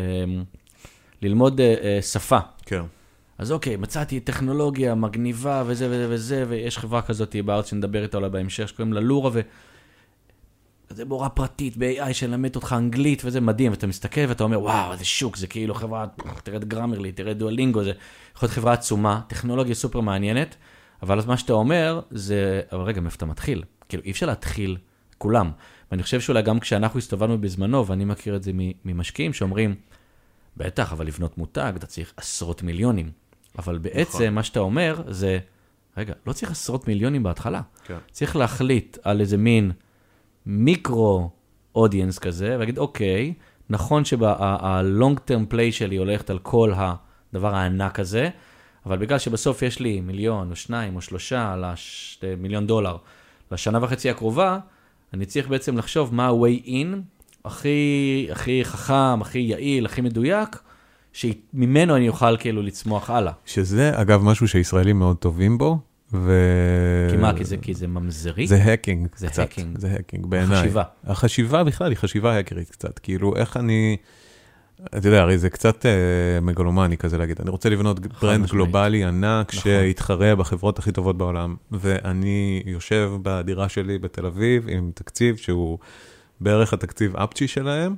ללמוד שפה. כן. אז אוקיי, מצאתי טכנולוגיה מגניבה וזה וזה וזה, ויש חברה כזאת בארץ שנדבר איתה אולי בהמשך, שקוראים לה לורה, וזה מורה פרטית ב-איי איי שלמד אותך אנגלית, וזה מדהים, ואתה מסתכל ואתה אומר, וואו, זה שוק, זה כאילו חברה, תראה את גרמרלי, תראה את דואלינגו, זה יכול להיות חברה עצומה, טכנולוגיה סופר מעניינת, אבל אז מה שאתה אומר, זה, אבל רגע, מאיפה אתה מתחיל? כאילו, אי אפשר להתחיל כולם. ואני חושב שאולי גם כשאנחנו הסתובבנו בזמנו, ואני מכיר את זה ממשקיעים שאומרים, בטח, אבל לבנות מותג, אתה צריך עשרות מיליונים. אבל בעצם נכון. מה שאתה אומר זה, רגע, לא צריך עשרות מיליונים בהתחלה. כן. צריך להחליט על איזה מין מיקרו אודיאנס כזה, ולהגיד, אוקיי, נכון שה-long term play שלי הולכת על כל הדבר הענק הזה, אבל בגלל שבסוף יש לי מיליון או שניים או שלושה, לש... מיליון דולר, לשנה וחצי הקרובה, אני צריך בעצם לחשוב מה ה-way in הכי, הכי חכם, הכי יעיל, הכי מדויק, שממנו אני אוכל כאילו לצמוח הלאה. שזה,
אגב, משהו שישראלים מאוד טובים בו, ו...
כי מה? כי זה, כי זה ממזרי?
זה הקינג
זה
קצת.
הקינג.
זה הקינג, בעיניי.
החשיבה.
החשיבה בכלל היא חשיבה הקרית קצת. כאילו, איך אני... אתה יודע, הרי זה קצת אה, מגלומני כזה להגיד. אני רוצה לבנות ברנד גלובלי ענק, נכון. שיתחרה בחברות הכי טובות בעולם. ואני יושב בדירה שלי בתל אביב, עם תקציב שהוא בערך התקציב אפצ'י שלהם,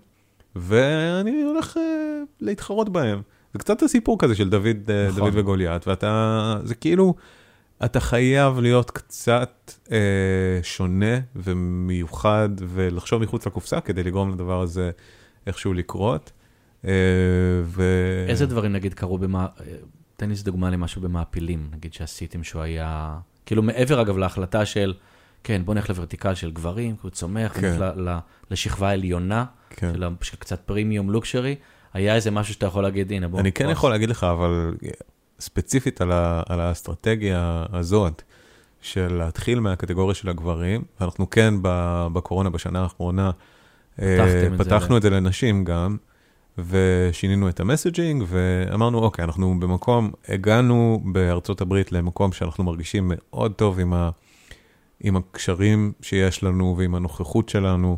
ואני הולך uh, להתחרות בהם. זה קצת הסיפור כזה של דוד, נכון. דוד וגוליית, ואתה, זה כאילו, אתה חייב להיות קצת uh, שונה ומיוחד, ולחשוב מחוץ לקופסה, כדי לגרום לדבר הזה איכשהו לקרות. Uh, ו...
איזה דברים נגיד קרו במה, תן לי דוגמה למשהו במעפילים, נגיד שעשיתם שהוא היה, כאילו מעבר אגב להחלטה של, כן, בוא נלך לוורטיקל של גברים, כי הוא צומח, כן. ל, ל, לשכבה העליונה, כן. של, של קצת פרימיום לוקשרי, היה איזה משהו שאתה יכול להגיד, הנה בוא.
אני כן יכול להגיד לך, אבל ספציפית על, ה, על האסטרטגיה הזאת, של להתחיל מהקטגוריה של הגברים, ואנחנו כן בקורונה בשנה האחרונה, פתחנו את זה לנשים גם, ושינינו את המסג'ינג, ואמרנו, אוקיי, אנחנו במקום, הגענו בארצות הברית למקום שאנחנו מרגישים מאוד טוב עם ה... עם הקשרים שיש לנו ועם הנוכחות שלנו,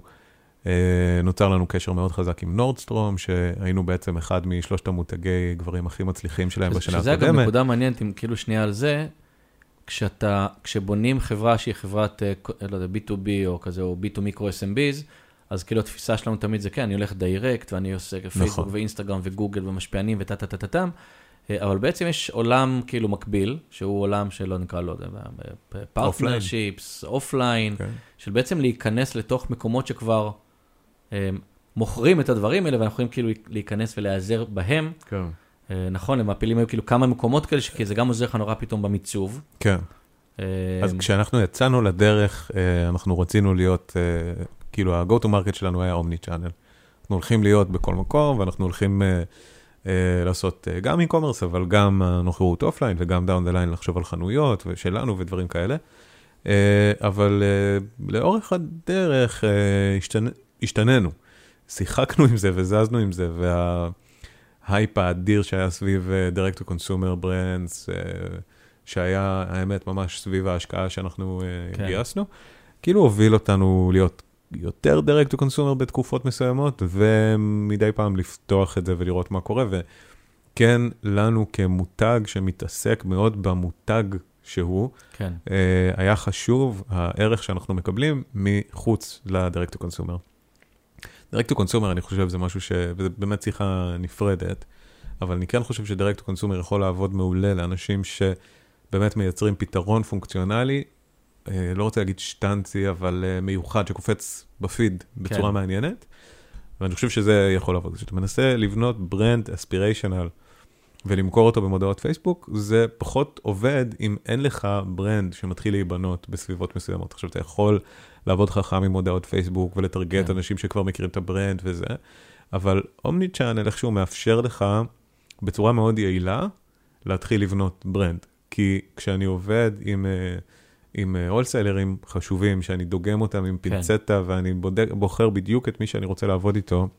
נוצר לנו קשר מאוד חזק עם נורדסטרום, שהיינו בעצם אחד משלושת המותגי גברים הכי מצליחים שלהם בשנה הקודמת.
שזה גם נקודה מעניינת, אם כאילו שנייה על זה, כשאתה, כשבונים חברה שהיא חברת, לא יודע, בי טו בי או כזה, או בי טו מיקרו אס אם ביז, אז כאילו התפיסה שלנו תמיד זה כן, אני הולך דיירקט, ואני עושה פייסבוק ואינסטגרם וגוגל ומשפיענים וטטטטטם, אבל בעצם יש עולם כאילו מקביל, שהוא עולם שלא נקרא לו, פרטנרשיפס, אופליין, של בעצם להיכנס לתוך מקומות שכבר מוכרים את הדברים האלה, ואנחנו יכולים כאילו להיכנס ולהיעזר בהם.
כן.
נכון, למעפילים היו כאילו כמה מקומות כאלה, כי זה גם עוזר לך נורא פתאום במיצוב.
כן. אז כשאנחנו יצאנו לדרך, אנחנו רצינו להיות, כאילו ה-go to market שלנו היה אומני צ'אנל. אנחנו הולכים להיות בכל מקום, ואנחנו הולכים לעשות גם e-commerce, אבל גם נוכרות אופליין, וגם down the line לחשוב על חנויות שלנו ודברים כאלה. אבל לאורך הדרך השתננו. שיחקנו עם זה וזזנו עם זה, וההייפ האדיר שהיה סביב direct to consumer brands, שהיה האמת ממש סביב ההשקעה שאנחנו גייסנו, כאילו הוביל אותנו להיות יותר direct to consumer בתקופות מסוימות, ומדי פעם לפתוח את זה ולראות מה קורה, וכן לנו כמותג שמתעסק מאוד במותג שהוא,
כן.
היה חשוב הערך שאנחנו מקבלים מחוץ ל-direct to consumer. direct to consumer אני חושב זה משהו ש... וזה באמת שיחה נפרדת, אבל אני כן חושב ש-direct to consumer יכול לעבוד מעולה לאנשים שבאמת מייצרים פתרון פונקציונלי, לא רוצה להגיד שטנצי, אבל מיוחד שקופץ בפיד בצורה מעניינת, ואני חושב שזה יכול לעבוד. כשאתה מנסה לבנות ברנד אספיריישנל ולמכור אותו במודעות פייסבוק, זה פחות עובד אם אין לך ברנד שמתחיל להיבנות בסביבות מסוימות. עכשיו אתה יכול לעבוד חכם עם מודעות פייסבוק ולתרגט אנשים שכבר מכירים את הברנד וזה, אבל אומני צ'אנל איכשהו מאפשר לך בצורה מאוד יעילה להתחיל לבנות ברנד. כי כשאני עובד עם... עם הולסלרים חשובים, שאני דוגם אותם עם פינצטה, ואני בודק, בוחר בדיוק את מי שאני רוצה לעבוד איתו,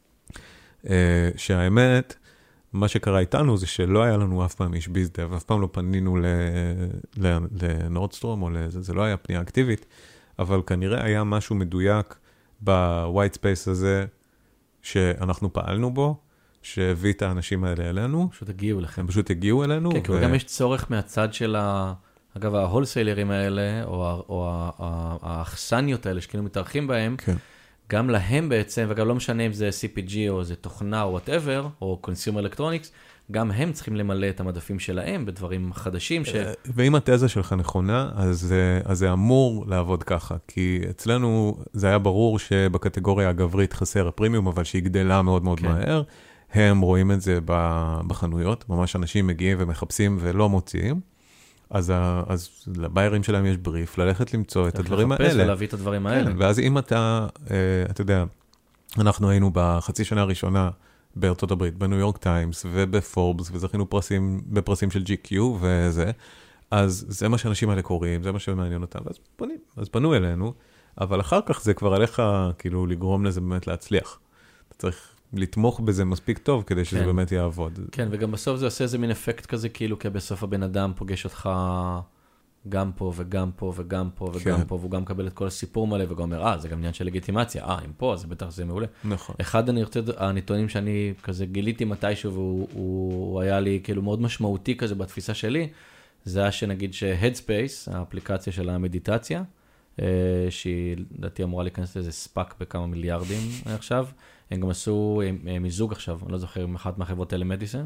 שהאמת, מה שקרה איתנו זה שלא היה לנו אף פעם איש ביזדב, אף פעם לא פנינו לנורדסטרום, או לזה, זה לא היה פנייה אקטיבית, אבל כנראה היה משהו מדויק בווייט ספייס הזה, שאנחנו פעלנו בו, שהביא את האנשים האלה אלינו.
פשוט הגיעו לכם.
הם פשוט הגיעו אלינו.
כן, כי גם יש צורך מהצד של ה... אגב, ההולסיילרים האלה, או, או האכסניות האלה שכאילו מתארחים בהם,
כן.
גם להם בעצם, וגם לא משנה אם זה סי פי ג'י או זה תוכנה או whatever, או Consumer Electronics, גם הם צריכים למלא את המדפים שלהם בדברים חדשים. ש...
ואם התזה שלך נכונה, אז, אז זה אמור לעבוד ככה, כי אצלנו זה היה ברור שבקטגוריה הגברית חסר הפרימיום, אבל שהיא גדלה מאוד מאוד כן. מהר, הם רואים את זה בחנויות, ממש אנשים מגיעים ומחפשים ולא מוציאים, אז, אז לביירים שלהם יש בריף, ללכת למצוא את הדברים האלה.
לחפש ולהביא את הדברים האלה.
כן, ואז אם אתה, אתה יודע, אנחנו היינו בחצי שנה הראשונה בארצות הברית, בניו יורק טיימס ובפורבס, וזכינו פרסים, בפרסים של ג'י קיו וזה, אז זה מה שאנשים האלה קוראים, זה מה שמעניין אותם, ואז פונים, אז פנו אלינו, אבל אחר כך זה כבר עליך, כאילו, לגרום לזה באמת להצליח. אתה צריך לתמוך בזה מספיק טוב, כדי שזה באמת יעבוד.
כן, וגם בסוף זה עושה איזה מין אפקט כזה, כאילו, כי בסוף הבן אדם פוגש אותך גם פה וגם פה וגם פה וגם פה, והוא גם מקבל את כל הסיפור מלא, וגם אומר, אה, זה גם עניין של לגיטימציה, אה, אם פה, אז בטח זה מעולה.
נכון.
אחד הנתונים שאני כזה גיליתי מתישהו, והוא היה לי כאילו מאוד משמעותי כזה בתפיסה שלי, זה היה שנגיד ש-Headspace, האפליקציה של המדיטציה, שהיא, לדעתי, אמורה להיכנס לאיזה ספק בכמה מיליארדים עכשיו, הם גם עשו מיזוג עכשיו, אני לא זוכר, עם אחת מהחברות טלמדיסן,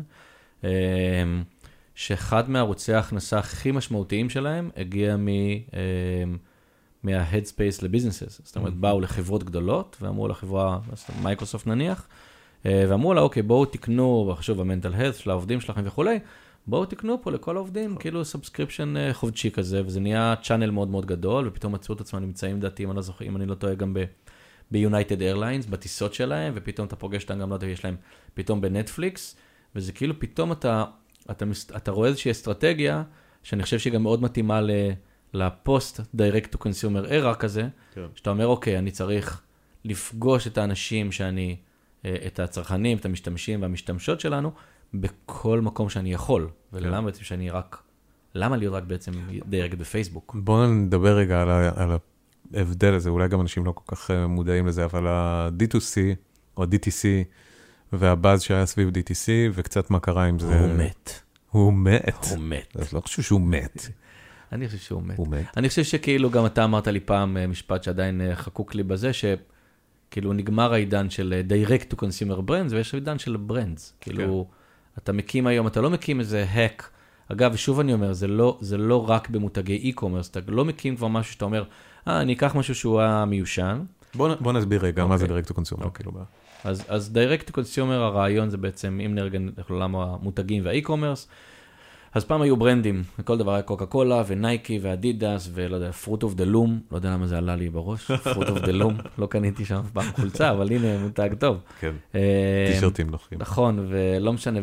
שאחד מהערוצי ההכנסה הכי משמעותיים שלהם הגיע מה-Headspace לביזנסס. זאת אומרת, באו לחברות גדולות, ואמרו לחברה, מייקרוסופט נניח, ואמרו לה, אוקיי, בואו תקנו, וחשוב, המנטל הלת של העובדים שלכם וכולי, בואו תקנו פה לכל העובדים, כאילו סאבסקריפשן חודשי כזה, וזה נהיה צ'אנל מאוד מאוד גדול, ופתאום מצאו את עצמם נמצאים דעתי, אם אני לא זוכר, אם אני לא טועה, גם ב-United Airlines, בטיסות שלהם, ופתאום אתה פוגש אותם גם, לא יודע, יש להם פתאום בנטפליקס, וזה כאילו פתאום אתה, אתה, אתה רואה איזושהי אסטרטגיה, שאני חושב שהיא גם מאוד מתאימה לפוסט direct to consumer era כזה, כן. שאתה אומר, אוקיי, אני צריך לפגוש את האנשים שאני, את הצרכנים, את המשתמשים והמשתמשות שלנו, בכל מקום שאני יכול. ולמה בעצם שאני רק, למה להיות רק בעצם direct בפייסבוק?
בואו נדבר רגע על, על ההבדל הזה, אולי גם אנשים לא כל כך מודעים לזה, אבל ה-די טו סי או די טי סי, והבאז שהיה סביב די טי סי, וקצת מה קרה עם זה.
הוא מת.
הוא מת?
הוא מת.
אז לא חושב שהוא מת.
אני חושב שהוא מת.
הוא מת.
אני חושב שכאילו גם אתה אמרת לי פעם משפט שעדיין חקוק לי בזה, שכאילו נגמר העידן של direct to consumer brands, ויש עידן של brands. כאילו, אתה מקים היום, אתה לא מקים איזה hack. אגב, ושוב אני אומר, זה לא, זה לא רק במותגי e-commerce, אתה לא מקים כבר משהו שאתה אומר, אה, אני אקח משהו שהוא המיושן.
בוא, בוא נסביר רגע, okay. מה זה direct to consumer, okay. כאילו.
אז, אז direct to consumer, הרעיון זה בעצם, אם נארגן לעולם המותגים וה-e-commerce, אז פעם היו ברנדים, וכל דבר היה קוקה קולה, ונייקי, ואדידס, ולא יודע, fruit of the loom, לא יודע למה זה עלה לי בראש, fruit of the loom, לא קניתי שם פעם חולצה, אבל הנה, מותג טוב.
כן, טישרטים נוחים.
נכון, ולא משנה,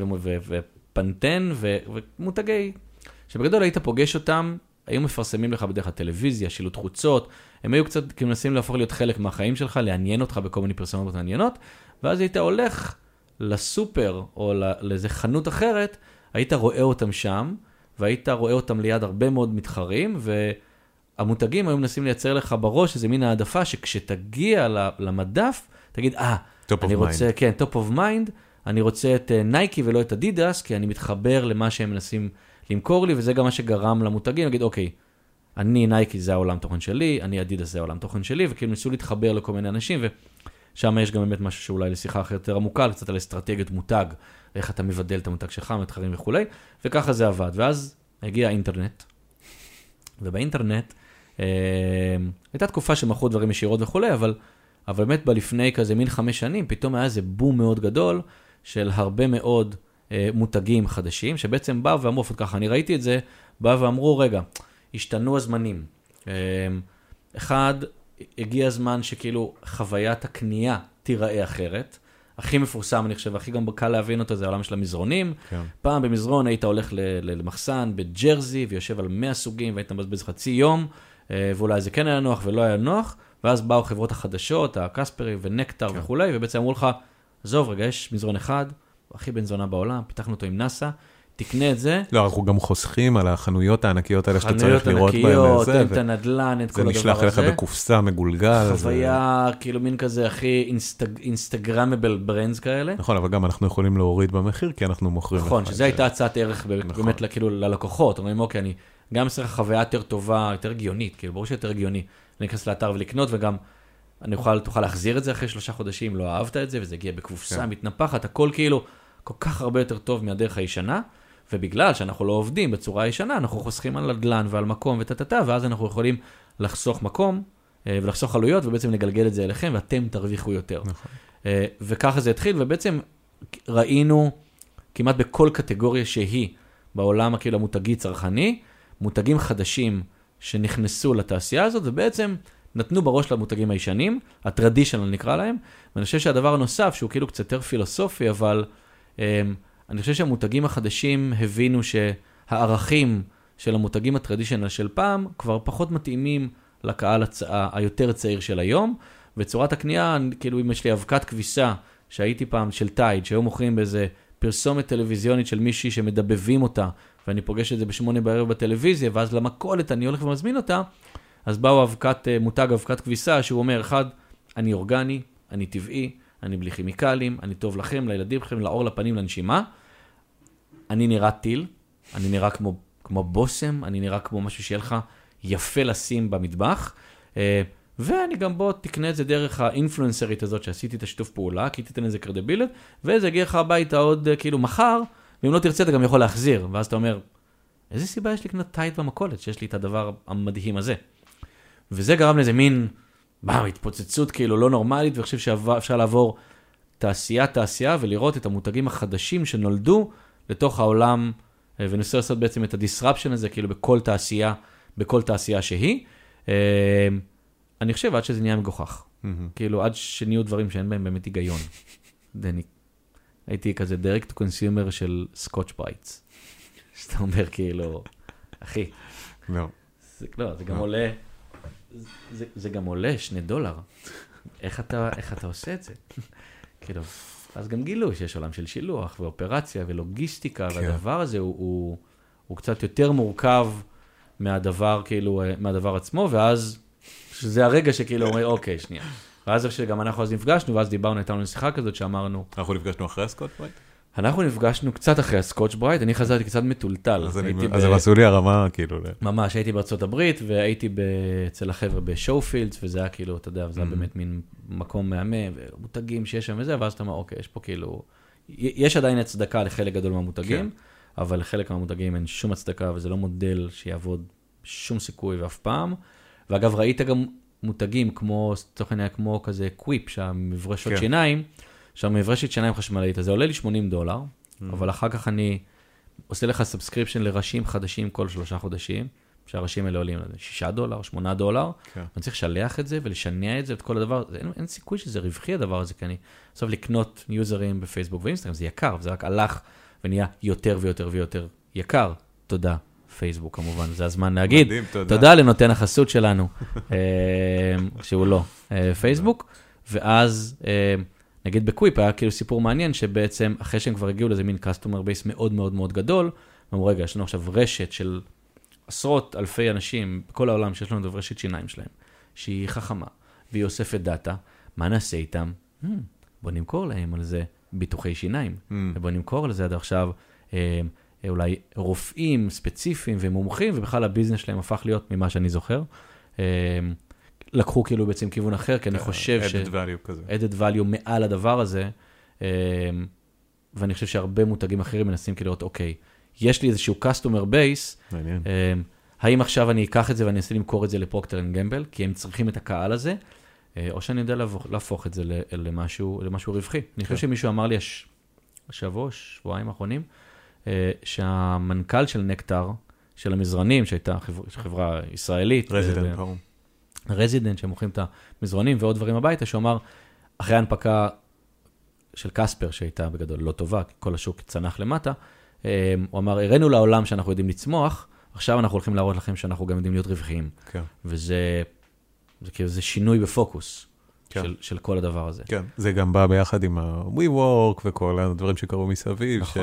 ופנטן, ומותגי, שבגדול היית פוגש אותם, היו מפרסמים לך בדרך הטלוויזיה, שילוט חוצות, הם היו קצת מנסים להפוך להיות חלק מהחיים שלך, לעניין אותך בכל מיני פרסומות מעניינות, ואז היית הולך לסופר, או לאיזה חנות אחרת, היית רואה אותם שם, והיית רואה אותם ליד הרבה מאוד מתחרים, והמותגים היו מנסים לייצר לך בראש איזה מין העדפה, שכשתגיע למדף, תגיד, אה, אני רוצה, כן, top of mind, אני רוצה את נייקי ולא את אדידס, כי אני מתחבר למה שהם מנסים למכור לי, וזה גם מה שגרם למותגים, להגיד, אוקיי, אני נייקי זה העולם תוכן שלי, אני אדידס זה העולם תוכן שלי, וכאילו ניסו להתחבר לכל מיני אנשים, ושם יש גם באמת משהו שאולי לשיחה אחרת יותר עמוקה, קצת על אסטרטגיות מותג, איך אתה מבדל את המותג שלך, מתחרים וכו', וככה זה עבד. ואז הגיע האינטרנט, ובאינטרנט אה, הייתה תקופה שמכרו דברים ישירות וכו', אבל, אבל באמת בלפני כזה מין חמש שנים, פתאום היה איזה בום מאוד גדול, של הרבה מאוד אה, מותגים חדשים, שבעצם באו ואמרו, ככה אני ראיתי את זה, באו ואמרו, רגע, השתנו הזמנים. אה, אחד, הגיע הזמן שכאילו חוויית הקנייה תיראה אחרת, הכי מפורסם, אני חושב, הכי גם קל להבין אותו, זה העולם של המזרונים. כן. פעם במזרון היית הולך למחסן בג'רזי, ויושב על מאה סוגים, והיית מבזבז חצי יום, ואולי זה כן היה נוח ולא היה נוח, ואז באו חברות החדשות, הקספרי ונקטר כן. וכו', ובעצם אמרו לך, עזוב, רגע, יש מזרון אחד, הכי בן זונה בעולם, פיתחנו אותו עם נאסא, תקנה את זה.
לא, אנחנו גם חוסכים על החנויות הענקיות האלה שאתה צריך לראות בהם.
חנויות ענקיות, את הנדלן, את כל הדבר הזה. זה
נשלח לך בקופסה מגולגל.
חוויה, כאילו מין כזה הכי אינסטגרמבל ברנדס כאלה.
נכון, אבל גם אנחנו יכולים להוריד במחיר, כי אנחנו מוכרים.
נכון, שזו הייתה הצעת ערך באמת כאילו ללקוחות. אומרים, אוקיי, אני גם אעשה לך חוויה יותר טובה, יותר הגיונית, כאילו ברור שיותר הגיוני. אני אכנס לאתר ולקנות, וגם אני תוכל להחזיר את זה אחרי שלושה חודשים, לא אהבת את זה, וזה הגיע בקופסה מתנפחת, הכל כאילו כל כך הרבה יותר טוב מהדרך הישנה. ובגלל שאנחנו לא עובדים בצורה הישנה, אנחנו חוסכים על הדלן ועל מקום ותתתה, ואז אנחנו יכולים לחסוך מקום ולחסוך עלויות, ובעצם נגלגל את זה אליכם, ואתם תרוויחו יותר. נכון. וככה זה התחיל, ובעצם ראינו כמעט בכל קטגוריה שהיא, בעולם כאילו המותגי צרכני, מותגים חדשים שנכנסו לתעשייה הזאת, ובעצם נתנו בראש למותגים הישנים, הטרדישנל נקרא להם, ואני חושב שהדבר הנוסף, שהוא כאילו קצת יותר פילוסופי, אבל אני חושב שהמותגים החדשים הבינו שהערכים של המותגים הטרדישנל של פעם כבר פחות מתאימים לקהל הצ... היותר צעיר של היום, וצורת הקנייה, כאילו אם יש לי אבקת כביסה שהייתי פעם של טייד, שהיו מוכרים באיזה פרסומת טלוויזיונית של מישהי שמדבבים אותה, ואני פוגש את זה בשמונה בערב בטלוויזיה, ואז למכולת אני הולך ומזמין אותה, אז באו אבקת, מותג אבקת כביסה, שהוא אומר, אחד, אני אורגני, אני טבעי, אני בלי כימיקלים, אני טוב לכם, לילדים לכם, לאור, לפנים, לנשימה. אני נראה טיל, אני נראה כמו, כמו בוסם, אני נראה כמו משהו שיהיה לך יפה לשים במטבח, ואני גם בוא תקנה את זה דרך האינפלואנסרית הזאת שעשיתי את השיתוף פעולה, כי תיתן איזה קרדיביליות, וזה יגיע לך הביתה עוד כאילו מחר, ואם לא תרצה אתה גם יכול להחזיר, ואז אתה אומר, איזה סיבה יש לקנות טייט במכולת, שיש לי את הדבר המדהים הזה. וזה גרם לזה מין, באה, התפוצצות כאילו לא נורמלית, וחושב שאפשר לעבור תעשייה, תעשייה, ולראות את המותגים החדשים שנולדו לתוך העולם, וננסה לעשות בעצם את הדיסרפשן הזה, כאילו בכל תעשייה, בכל תעשייה שהיא. אני חושב עד שזה נהיה מגוחך. כאילו עד שנהיו דברים שאין בהם באמת היגיון. הייתי כזה direct to consumer של סקוטש ברייטס. שאתה אומר כאילו, אחי. לא. לא, זה גם עולה... זה, זה גם עולה שני דולר. איך אתה, איך אתה עושה את זה? כאילו, אז גם גילו שיש עולם של שילוח ואופרציה ולוגיסטיקה, כן. והדבר הזה הוא, הוא, הוא קצת יותר מורכב מהדבר, כאילו, מהדבר עצמו, ואז, שזה הרגע שכאילו אומר, אוקיי, שנייה. ואז שגם אנחנו אז נפגשנו, ואז דיברנו, הייתה לנו שיחה כזאת שאמרנו...
אנחנו נפגשנו אחרי הסקוטש ברייט?
אנחנו נפגשנו קצת אחרי הסקוטש ברייט, אני חזרתי קצת מטולטל.
אז הם עשו לי הרמה, כאילו.
ממש, הייתי בארצות הברית, והייתי אצל החבר'ה בשואופילדס, וזה היה כאילו, אתה יודע, זה היה באמת מין מקום מהמם, ומותגים שיש שם וזה, ואז אתה אומר, אוקיי, יש פה כאילו, יש עדיין הצדקה לחלק גדול מהמותגים, אבל לחלק מהמותגים אין שום הצדקה, וזה לא מודל שיעבוד שום סיכוי ואף פעם. ואגב, ראית גם מותגים כמו, תוכן היה כמו כזה קוויפ, שהמברשות שיניים, שהמברשת שיניים חשמלית, אז זה עולה לי שמונים דולר, אבל אחר כך אני עושה לך סאבסקריפשן לראשים חדשים כל שלושה חודשים, שהראשים האלה עולים שישה דולר, שמונה דולר, אני צריך לשלח את זה ולשנע את זה, את כל הדבר, אין, אין סיכוי שזה רווחי הדבר הזה, כי אני עכשיו לקנות יוזרים בפייסבוק ואינסטגרם, זה יקר, וזה רק הלך ונהיה יותר ויותר ויותר יקר. תודה, פייסבוק כמובן, זה הזמן להגיד. מדהים, תודה. תודה לנותן החסות שלנו, שהוא לא פייסבוק, ואז נגיד בקוויפ היה כאילו סיפור מעניין, שבעצם אחרי שהם כבר הגיעו לזה מין customer base מאוד מאוד מאוד גדול, אמרו רגע, יש לנו עכשיו רשת של עשרות אלפי אנשים בכל העולם שיש לנו את רשת שיניים שלהם, שהיא חכמה, והיא אוספת דאטה, מה נעשה איתם? Hmm, בוא נמכור להם על זה ביטוחי שיניים, hmm. ובוא נמכור על זה עד עכשיו אה, אולי רופאים ספציפיים ומומחים, ובכלל הביזנס שלהם הפך להיות ממה שאני זוכר. אה, לקחו כאילו בעצם כיוון אחר, כי אני חושב ש... added value כזה. added value מעל הדבר הזה, אה, ואני חושב שהרבה מותגים אחרים מנסים כאילו לראות, אוקיי, יש לי איזשהו customer base, מעניין. האם עכשיו אני אקח את זה ואני אנסה למכור את זה לפרוקטר אנד גמבל, כי הם צריכים את הקהל הזה, או שאני יודע להפוך את זה למשהו, למשהו רווחי. אני חושב שמישהו אמר לי השבוע, שבועיים האחרונים, שהמנכ"ל של נקטר, של המזרנים, שהייתה חברה ישראלית, רזידנט, רזידנט, שהם מוכרים את המזרנים ועוד דברים הביתה, שהוא אמר, אחרי ההנפקה של קספר, שהייתה בגדול לא טובה, כי כל השוק צנח למטה, הוא אמר, הראינו לעולם שאנחנו יודעים לצמוח, עכשיו אנחנו הולכים להראות לכם שאנחנו גם יודעים להיות רווחיים. כן. וזה, זה כאילו, זה שינוי בפוקוס כן. של, של כל הדבר הזה. כן,
זה גם בא ביחד עם ה-WeWork וכל הדברים שקרו מסביב, נכון.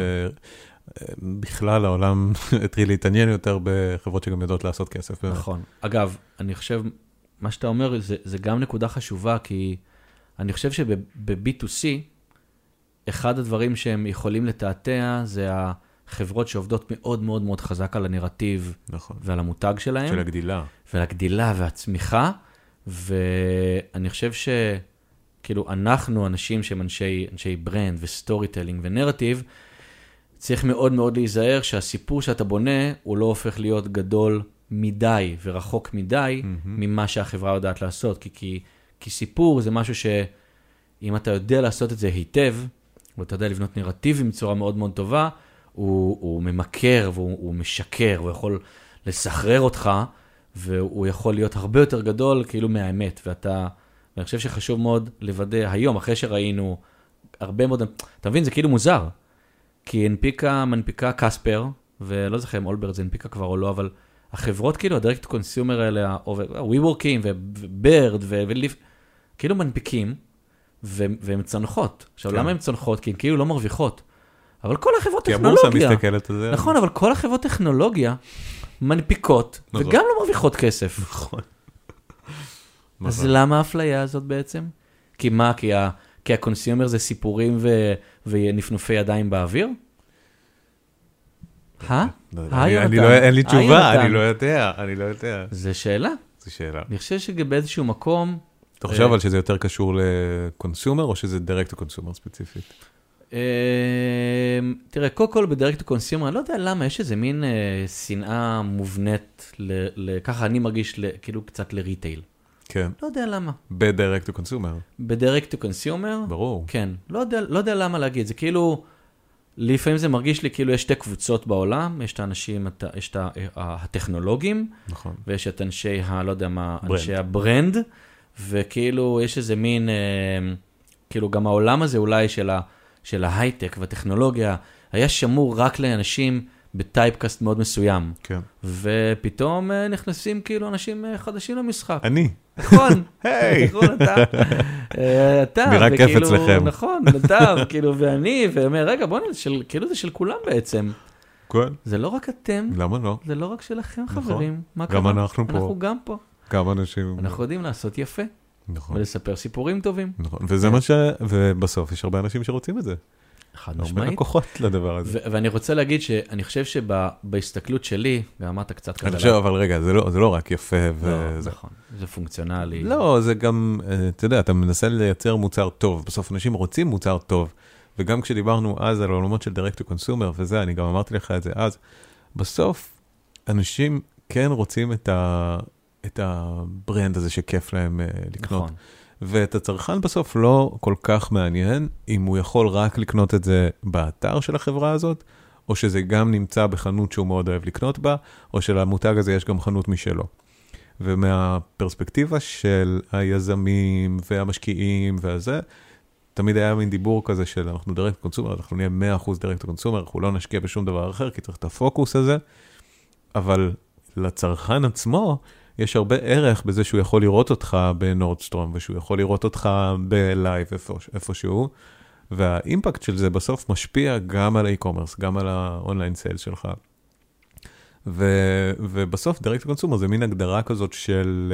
שבכלל העולם התחיל להתעניין יותר בחברות שגם יודעות לעשות כסף.
נכון. אגב, אני חושב, מה שאתה אומר, זה, זה גם נקודה חשובה, כי אני חושב שב-בי טו סי, אחד הדברים שהם יכולים לתעתע, זה החברות שעובדות מאוד מאוד מאוד חזק על הנרטיב, נכון. ועל המותג שלהם.
של הגדילה.
ועל הגדילה והצמיחה, ואני חושב שכאילו אנחנו, אנשים שהם אנשי, אנשי ברנד וסטורי טלינג ונרטיב, צריך מאוד מאוד להיזהר שהסיפור שאתה בונה, הוא לא הופך להיות גדול מדי ורחוק מדי, mm-hmm. ממה שהחברה יודעת לעשות, כי, כי, כי סיפור זה משהו שאם אתה יודע לעשות את זה היטב, ואתה יודע לבנות נרטיבים בצורה מאוד מאוד טובה, הוא, הוא ממכר והוא הוא משקר, הוא יכול לסחרר אותך, והוא יכול להיות הרבה יותר גדול כאילו מהאמת, ואתה, ואני חושב שחשוב מאוד לוודא היום, אחרי שראינו הרבה מאוד, אתה מבין, זה כאילו מוזר, כי הנפיקה, מנפיקה קספר, ולא זוכר אם אולברט זה הנפיקה כבר או לא, אבל החברות כאילו, הדירקט קונסיומר האלה, WeWorking ובירד, כאילו מנפיקים, והן צנחות. עכשיו, למה הן צנחות? כי הן כאילו לא מרוויחות. אבל כל החברות טכנולוגיה... כי הבורסה מסתכלת על זה. נכון, אבל כל החברות טכנולוגיה מנפיקות, וגם לא מרוויחות כסף. נכון. אז למה האפליה הזאת בעצם? כי מה? כי הקונסיומר זה סיפורים ונפנופי ידיים באוויר? אה?
אין לי תשובה, אני לא יודע, אני לא יודע.
זה שאלה.
זה שאלה.
אני חושב שבאיזשהו מקום...
אתה חושב אבל שזה יותר קשור לקונסיומר, או שזה דירקט לקונסיומר ספציפית?
תראה, קודם כל בדירקט לקונסיומר, אני לא יודע למה, יש איזה מין שנאה מובנית, ככה אני מרגיש כאילו קצת לריטייל.
כן.
לא יודע למה.
בדירקט לקונסיומר?
בדירקט לקונסיומר?
ברור.
כן. לא יודע למה להגיד, זה כאילו, לפעמים זה מרגיש לי כאילו יש שתי קבוצות בעולם, יש את האנשים, יש את הטכנולוגים, נכון. ויש את אנשי, לא יודע מה, אנשי הברנד, וכאילו יש איזה מין, כאילו גם העולם הזה אולי של, ה, של ההייטק והטכנולוגיה, היה שמור רק לאנשים בטייפקאסט מאוד מסוים. כן. ופתאום נכנסים כאילו אנשים חדשים למשחק.
אני.
נכון.
היי.
נכון, אתה. אתה.
נראה כיף אצלכם.
נכון, אתה, כאילו, ואני, ואומר, רגע, בוא נראה, כאילו זה של כולם בעצם.
כן.
זה לא רק אתם.
למה לא?
זה לא רק שלכם, חברים.
גם אנחנו פה.
אנחנו גם פה.
גם אנשים...
אנחנו יודעים לעשות יפה. נכון. ולספר סיפורים טובים.
נכון. וזה מה ש... ובסוף יש הרבה אנשים שרוצים את זה.
חד משמעית.
הרבה לקוחות לדבר הזה.
ואני רוצה להגיד שאני חושב שבהסתכלות שלי, ואמרת קצת כזה...
אני חושב, אבל רגע, זה לא רק יפה ו...
נכון, זה פונקציונלי.
לא, זה גם, אתה יודע, אתה מנסה לייצר מוצר טוב, בסוף אנשים רוצים מוצר טוב, וגם כשדיברנו אז על העולמות של direct to consumer, וזה, אני גם אמרתי לך את זה אז, בסוף, אנשים כן רוצים את ה... את הברנד הזה שכיף להם uh, לקנות. נכון. ואת הצרכן בסוף לא כל כך מעניין, אם הוא יכול רק לקנות את זה באתר של החברה הזאת, או שזה גם נמצא בחנות שהוא מאוד אוהב לקנות בה, או שלמותג הזה יש גם חנות משלו. ומהפרספקטיבה של היזמים והמשקיעים והזה, תמיד היה מין דיבור כזה של אנחנו direct to consumer, אנחנו נהיה מאה אחוז direct to consumer, אנחנו לא נשקיע בשום דבר אחר, כי צריך את הפוקוס הזה, אבל לצרכן עצמו, יש הרבה ערך בזה שהוא יכול לראות אותך בנורדסטרום, ושהוא יכול לראות אותך בלייב איפשהו, והאימפקט של זה בסוף משפיע גם על האי-קומרס, גם על האונליין סיילס שלך. ו, ובסוף direct to consumer זה מין הגדרה כזאת של,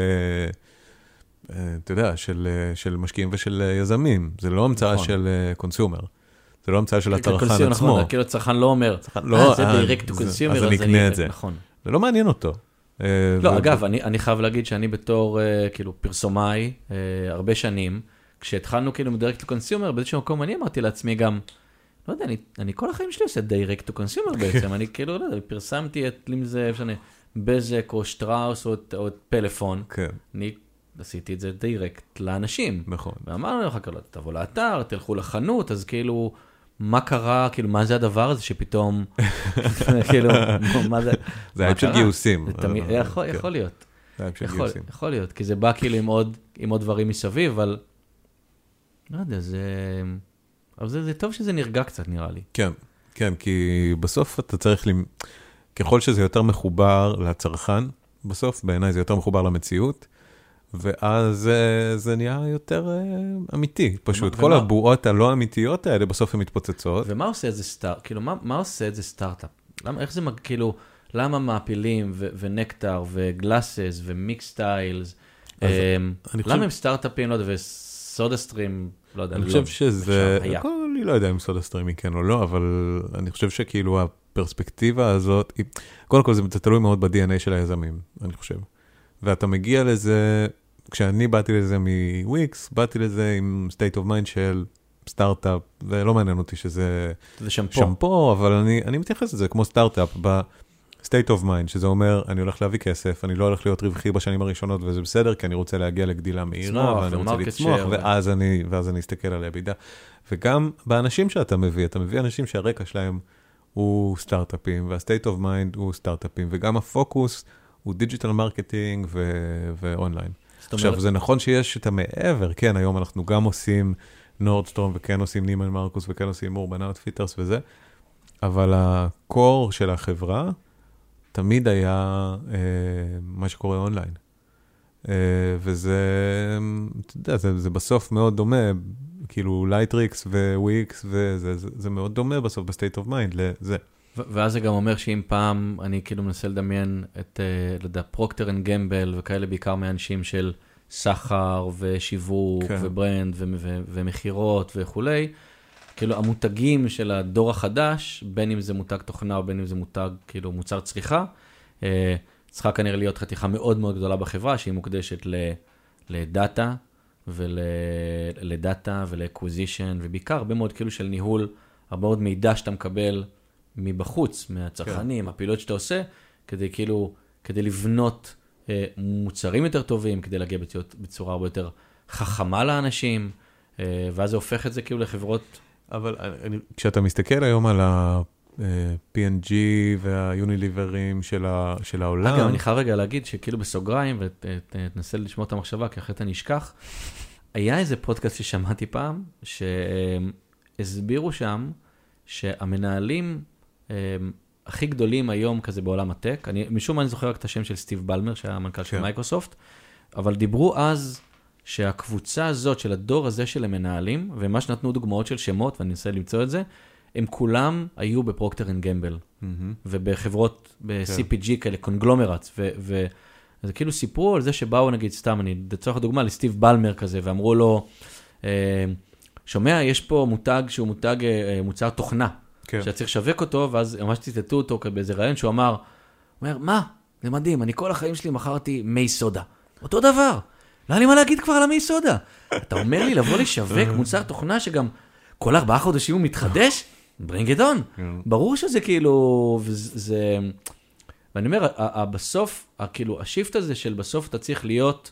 אתה יודע, של, של משקיעים ושל יזמים. זה לא המצאה נכון. של קונסיומר. זה לא המצאה של הצרכן עצמו.
נכון, כאילו הצרכן לא אומר,
לא,
זה direct to consumer,
אז אני אקנה את זה.
נכון.
זה לא מעניין אותו.
לא, אגב, אני חייב להגיד שאני בתור, כאילו, פרסומאי, הרבה שנים, כשהתחלנו כאילו מ-direct to consumer, באיזשהו מקום אני אמרתי לעצמי גם, לא יודע, אני כל החיים שלי עושה direct to consumer בעצם, אני כאילו, לא יודע, פרסמתי את, אם זה, אפשר, בזק או שטראוס או פלאפון, אני עשיתי את זה direct לאנשים.
נכון.
ואמרנו לך, תבוא לאתר, תלכו לחנות, אז כאילו, מה קרה, כאילו, מה זה הדבר הזה שפתאום, כאילו, מה זה?
זה היה של גיוסים.
יכול להיות. יכול להיות, כי זה בא כאילו עם עוד דברים מסביב, אבל לא יודע, זה... אבל זה, זה טוב שזה נרגע קצת, נראה לי.
כן, כן, כי בסוף אתה צריך... למ... ככל שזה יותר מחובר לצרכן, בסוף בעיניי זה יותר מחובר למציאות, ואז זה, זה נהיה יותר uh, אמיתי, פשוט. ומה, כל ומה... הבועות הלא אמיתיות האלה, בסוף הן מתפוצצות.
ומה עושה את זה סטארט? כאילו, מה, מה עושה את זה סטארט-אפ? למה, איך זה, כאילו, למה מעפילים ו- ונקטר וגלאסס ומיקס סטיילס, um, למה חושב... הם סטארט-אפים, לא יודע, וסודה סטרים, לא יודע,
אני חושב שזה, אני לא יודע אם סודה סטרים היא כן או לא, אבל אני חושב שכאילו הפרספקטיבה הזאת, קודם כל זה תלוי מאוד ב-די אן איי של היזמים, אני חושב. ואתה מגיע לזה, כשאני באתי לזה מוויקס, באתי לזה עם state of mind של סטארט-אפ, ולא מעניין אותי שזה
שמפו,
שמפו אבל אני, אני מתייחס לזה כמו סטארט-אפ, ב-state of mind, שזה אומר, אני הולך להביא כסף, אני לא הולך להיות רווחי בשנים הראשונות, וזה בסדר, כי אני רוצה להגיע לגדילה מהירה, ואני רוצה לצמוח, ואז אני, ואז אני אסתכל על הבידה. וגם באנשים שאתה מביא, אתה מביא אנשים שהרקע שלהם הוא סטארט-אפים, וה-state of mind הוא סטארט-אפים, וגם הפוקוס הוא דיג'יטל מרקטינג ואונליין. עכשיו, זה נכון שיש את המעבר, כן, היום אנחנו גם עושים נורדסטרום, וכן עושים נימן מרקוס, וכן עושים אורבן אאוטפיטרס וזה, אבל הקור של החברה תמיד היה אה, מה שקורה אונליין. אה, וזה, אתה יודע, זה, זה בסוף מאוד דומה, כאילו לייטריקס וויקס, וזה זה, זה מאוד דומה בסוף בסטייט אוף מיינד לזה.
ואז זה גם אומר שאם פעם אני כאילו מנסה לדמיין את, לא יודע, פרוקטר אנד גמבל וכאלה בעיקר מאנשים של סחר ושיווק וברנד ומחירות וכולי, כאילו המותגים של הדור החדש, בין אם זה מותג תוכנה או בין אם זה מותג, כאילו מוצר צריכה, צריכה כנראה להיות חתיכה מאוד מאוד גדולה בחברה, שהיא מוקדשת לדאטה ולדאטה ולאקוויזישן, ובעיקר הרבה מאוד כאילו של ניהול, הרבה מאוד מידע שאתה מקבל מבחוץ, מהצרכנים, כן. הפעילות שאתה עושה, כדי כאילו, כדי לבנות אה, מוצרים יותר טובים, כדי להגיע בצורה, בצורה הרבה יותר חכמה לאנשים, אה, ואז זה הופך את זה כאילו לחברות.
אבל אני, כשאתה מסתכל היום על ה-פי אנד ג'י וה-Unilever'ים של, ה, של העולם...
אגב, אני חייב רגע להגיד שכאילו בסוגריים, ותנסה לשמוע את המחשבה, כי אחרת אני אשכח, היה איזה פודקאסט ששמעתי פעם, שהסבירו שם, שהמנהלים הכי גדולים היום כזה בעולם הטק, אני, משום מה אני זוכר רק את השם של סטיב בלמר, שהיה המנכ"ל של מייקרוסופט, אבל דיברו אז שהקבוצה הזאת של הדור הזה של המנהלים, ומה שנתנו דוגמאות של שמות, ואני אנסה למצוא את זה, הם כולם היו בפרוקטר אנד גמבל, ובחברות, ב-סי פי ג'י כאלה, קונגלומרטס, וזה כאילו סיפרו על זה שבאו נגיד סתם, אני דצורך דוגמה לסטיב בלמר כזה, ואמרו לו, שומע, יש פה מותג שהוא מותג, מוצר תוכנה, כן. שצריך לשווק אותו, ואז ממש ציטטו אותו באיזה רעיון שהוא אמר, אומר, מה? זה מדהים, אני כל החיים שלי מכרתי מי סודה. אותו דבר. לא היה לי מה להגיד כבר על המי סודה. אתה אומר לי לבוא לשווק מוצר תוכנה שגם כל ארבעה חודשים הוא מתחדש? bring it on. ברור שזה כאילו, זה, ואני אומר, בסוף, כאילו, השיפט הזה של בסוף אתה צריך להיות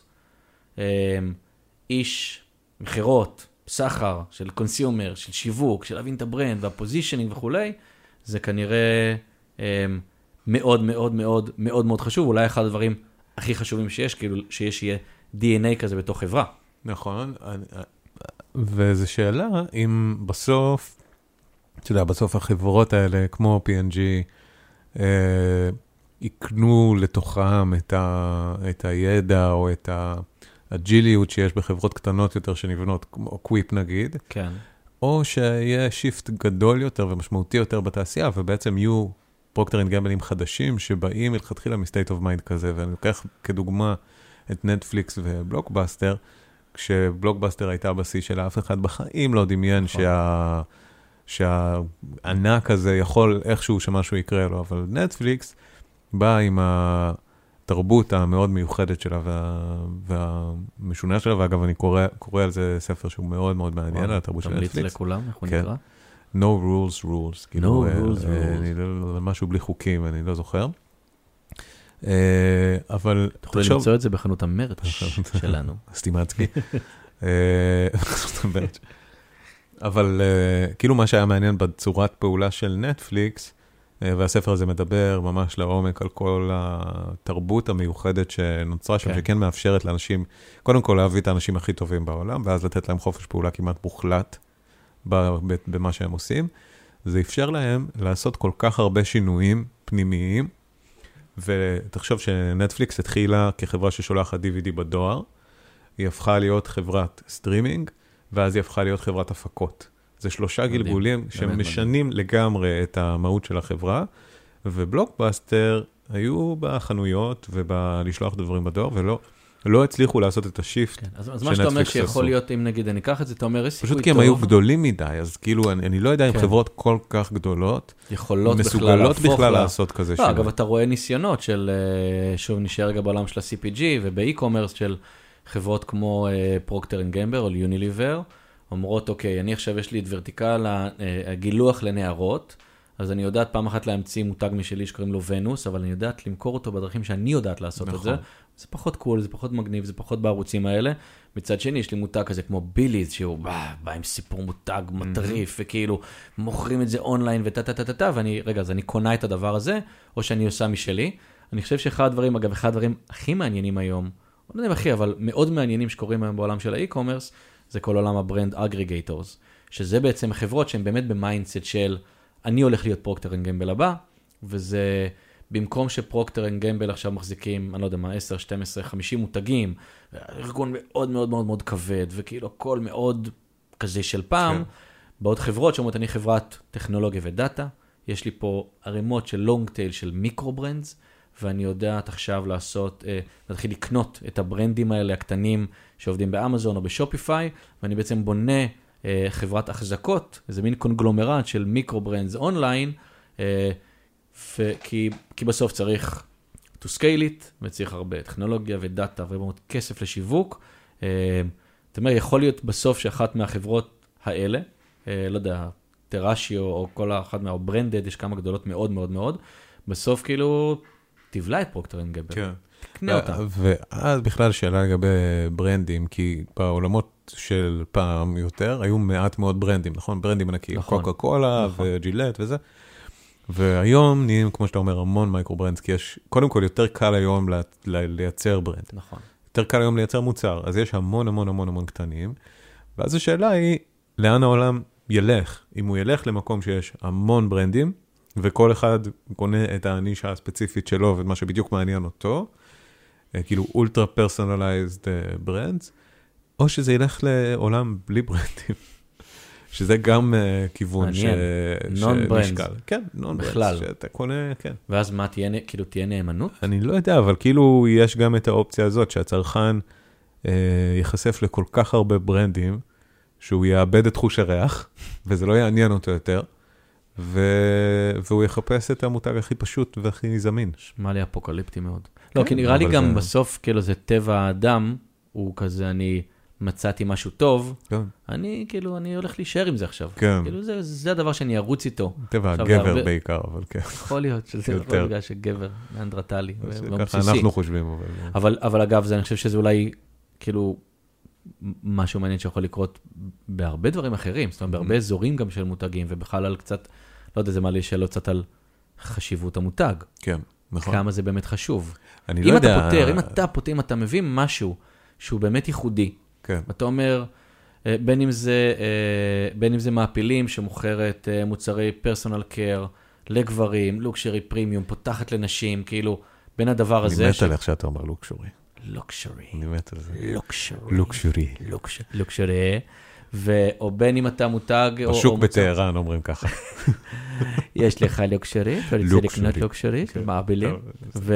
איש מחירות, סחר, של קונסיומר, של שיווק, של להבין את הברנד והפוזישנינג וכולי, זה כנראה מאוד מאוד מאוד מאוד מאוד חשוב, אולי אחד הדברים הכי חשובים שיש, כאילו שיש יהיה די אן איי כזה בתוך חברה.
נכון, וזו שאלה אם בסוף, אתה יודע, בסוף החברות האלה, כמו פי אן ג'י, אה, יקנו לתוכם את, ה, את הידע או את האג'יליות שיש בחברות קטנות יותר שנבנות, כמו קוויפ נגיד,
כן.
או שיהיה שיפט גדול יותר ומשמעותי יותר בתעשייה, ובעצם יהיו פרוקטר אנד גמבלים חדשים שבאים מלכתחילה מסטייט אוף מיינד כזה, ואני לוקח כדוגמה את נטפליקס ובלוקבאסטר, כשבלוקבאסטר הייתה בשיא של אף אחד בחיים לא דמיין שה... שהענק הזה יכול איכשהו שמשהו יקרה לו, אבל נטפליקס בא עם התרבות המאוד מיוחדת שלה וה... והמשונה שלה, ואגב אני קורא, קורא על זה ספר שהוא מאוד מאוד מעניין, על התרבות של נטפליקס.
תמליץ לכולם, איך הוא נקרא?
No rules rules.
No rules rules.
משהו בלי חוקים, אני לא זוכר. אבל
תוכל למצוא את זה בחנות המרץ שלנו.
סטימצקי. אבל כאילו מה שהיה מעניין בצורת פעולה של נטפליקס, והספר הזה מדבר ממש לעומק על כל התרבות המיוחדת שנוצרה שם, שכן מאפשרת לאנשים, קודם כל להביא את האנשים הכי טובים בעולם, ואז לתת להם חופש פעולה כמעט מוחלט במה שהם עושים. זה אפשר להם לעשות כל כך הרבה שינויים פנימיים, ותחשוב שנטפליקס התחילה כחברה ששולחת די וי די בדואר, היא הפכה להיות חברת סטרימינג, ואז היא הפכה להיות חברת הפקות. זה שלושה גלגולים שמשנים לגמרי את המהות של החברה, ובלוקבאסטר היו בחנויות ובלשלוח דברים בדואר, ולא לא הצליחו לעשות את השיפט
כן, אז, אז מה שאתה אומר שיכול להיות, אם נגיד אני אקח את זה, אתה אומר, יש סיכוי טוב.
פשוט כי הם היו גדולים מדי, אז כאילו אני, אני לא יודע
כן.
אם חברות כל כך גדולות,
יכולות
מסוגלות בכלל, בכלל
לה...
לעשות כזה
לא,
שינוי.
אגב, אתה רואה ניסיונות של, שוב נשאר רגע בעולם של ה-סי פי ג'י, ובאי-קומרס של חברות כמו פרוקטר אנד גמבל או יוניליבר, אומרות, אוקיי, אני עכשיו יש לי את ורטיקל הגילוח לנערות, אז אני יודעת פעם אחת להמציא מותג משלי שקוראים לו ונוס, אבל אני יודעת למכור אותו בדרכים שאני יודעת לעשות נכון. את זה. זה פחות קול, זה פחות מגניב, זה פחות בערוצים האלה. מצד שני, יש לי מותג כזה כמו ביליז, שהוא בא, בא עם סיפור מותג מטריף, וכאילו מוכרים את זה אונליין וטטטטטט, ואני, רגע, אז אני קונה את הדבר הזה, או שאני עושה משלי. אני חושב שאחד הדברים, אגב, אחד הדברים הכי מעניינים היום, לא יודע אם הכי, אבל מאוד מעניינים שקורים היום בעולם של האי-קומרס, זה כל עולם הברנד אגריגייטורס, שזה בעצם חברות שהן באמת במיינדסט של אני הולך להיות פרוקטר אנד גמבל הבא, וזה במקום שפרוקטר אנד גמבל עכשיו מחזיקים, אני לא יודע מה, עשר, שתים עשרה, חמישים מותגים, ארגון מאוד מאוד מאוד מאוד כבד, וכאילו הכל מאוד כזה של פעם, בעוד חברות שאומרות אני חברת טכנולוגיה ודאטה, יש לי פה ערימות של לונג טייל של מיקרו ברנדס, ואני יודעת עכשיו לעשות, להתחיל לקנות את הברנדים האלה הקטנים שעובדים באמזון או בשופיפיי, ואני בעצם בונה חברת החזקות, איזה מין קונגלומרט של מיקרו ברנדס אונליין, כי, כי בסוף צריך to scale it, וצריך הרבה טכנולוגיה ודאטה ומאוד כסף לשיווק. זאת אומרת, יכול להיות בסוף שאחת מהחברות האלה, לא יודע, טראשיו או כל אחת מהברנדד, יש כמה גדולות מאוד מאוד מאוד, בסוף כאילו תבלה את פרוקטר אנד גמבל.
כן.
תקנה אותה.
ואז בכלל שאלה לגבי ברנדים, כי בעולמות של פעם יותר, היו מעט מאוד ברנדים, נכון? ברנדים ענקיים, קוקה קולה וג'ילט וזה. והיום נהיים, כמו שאתה אומר, המון מייקרו ברנדס, כי יש, קודם כל, יותר קל היום לייצר ברנד.
נכון.
יותר קל היום לייצר מוצר, אז יש המון המון המון המון קטנים, ואז השאלה היא, לאן העולם ילך? אם הוא ילך למקום שיש המון ברנדים, וכל אחד קונה את הנישה הספציפית שלו, ומה שבדיוק מעניין אותו, כאילו אולטרה פרסונליזד ברנדס, או שזה ילך לעולם בלי ברנדים. שזה גם uh, כיוון ש...
נון-ברנדס.
כן, נון-ברנדס.
בכלל.
שאתה קונה, כן.
ואז מה, תהיה, כאילו, תהיה נאמנות?
אני לא יודע, אבל כאילו יש גם את האופציה הזאת, שהצרכן uh, ייחשף לכל כך הרבה ברנדים, שהוא יאבד את חוש הריח, וזה לא יעניין אותו יותר, ו... והוא יחפש את המותג הכי פשוט והכי זמין.
שמע לי אפוקליפטי מאוד. כן, לא, כי נראה לי גם זה... בסוף, כאילו, זה טבע האדם, הוא כזה, אני מצאתי משהו טוב,
כן.
אני כאילו, אני הולך להישאר עם זה עכשיו.
כן.
כאילו, זה, זה הדבר שאני ארוץ איתו.
טבע,
עכשיו,
גבר
הרבה-
בעיקר, אבל כן.
יכול להיות שזה
יותר.
יכול בגלל שגבר, מאנדרטלי, לא
ככה
בסיסי.
אנחנו חושבים. אבל-
אבל, אבל אגב, זה, אני חושב שזה אולי, כאילו, משהו מעניין שיכול לקרות בהרבה דברים אחרים, זאת אומרת, בהרבה אזורים גם של מותגים, ובכלל על קצת, לא יודע, זה מעלה שאלות קצת על חשיבות המותג.
כן, נכון.
כמה זה באמת חשוב.
אני לא
אם אתה
יודע...
פותר, אם אתה פותר, אם אתה מביא משהו שהוא באמת ייחודי,
כן.
אתה אומר, אה, בין אם זה, אה, בין אם זה מעפילים שמוכרת אה, מוצרי פרסונל קר לגברים, לוקשרי פרימיום, פותחת לנשים, כאילו, בין הדבר הזה...
אני מת על איך שאתה אומר לוקשורי.
לוקשרי.
אני מת על זה.
לוקשרי.
לוקשורי.
לוקשרי. ו... או בין אם אתה מותג... או-
בשוק
או מוצר-
בטהרן אומרים ככה.
יש לך לוקשרי, אתה רוצה
לוקשרי.
לקנות לוקשרי, של מעפילים.
טוב,
ו...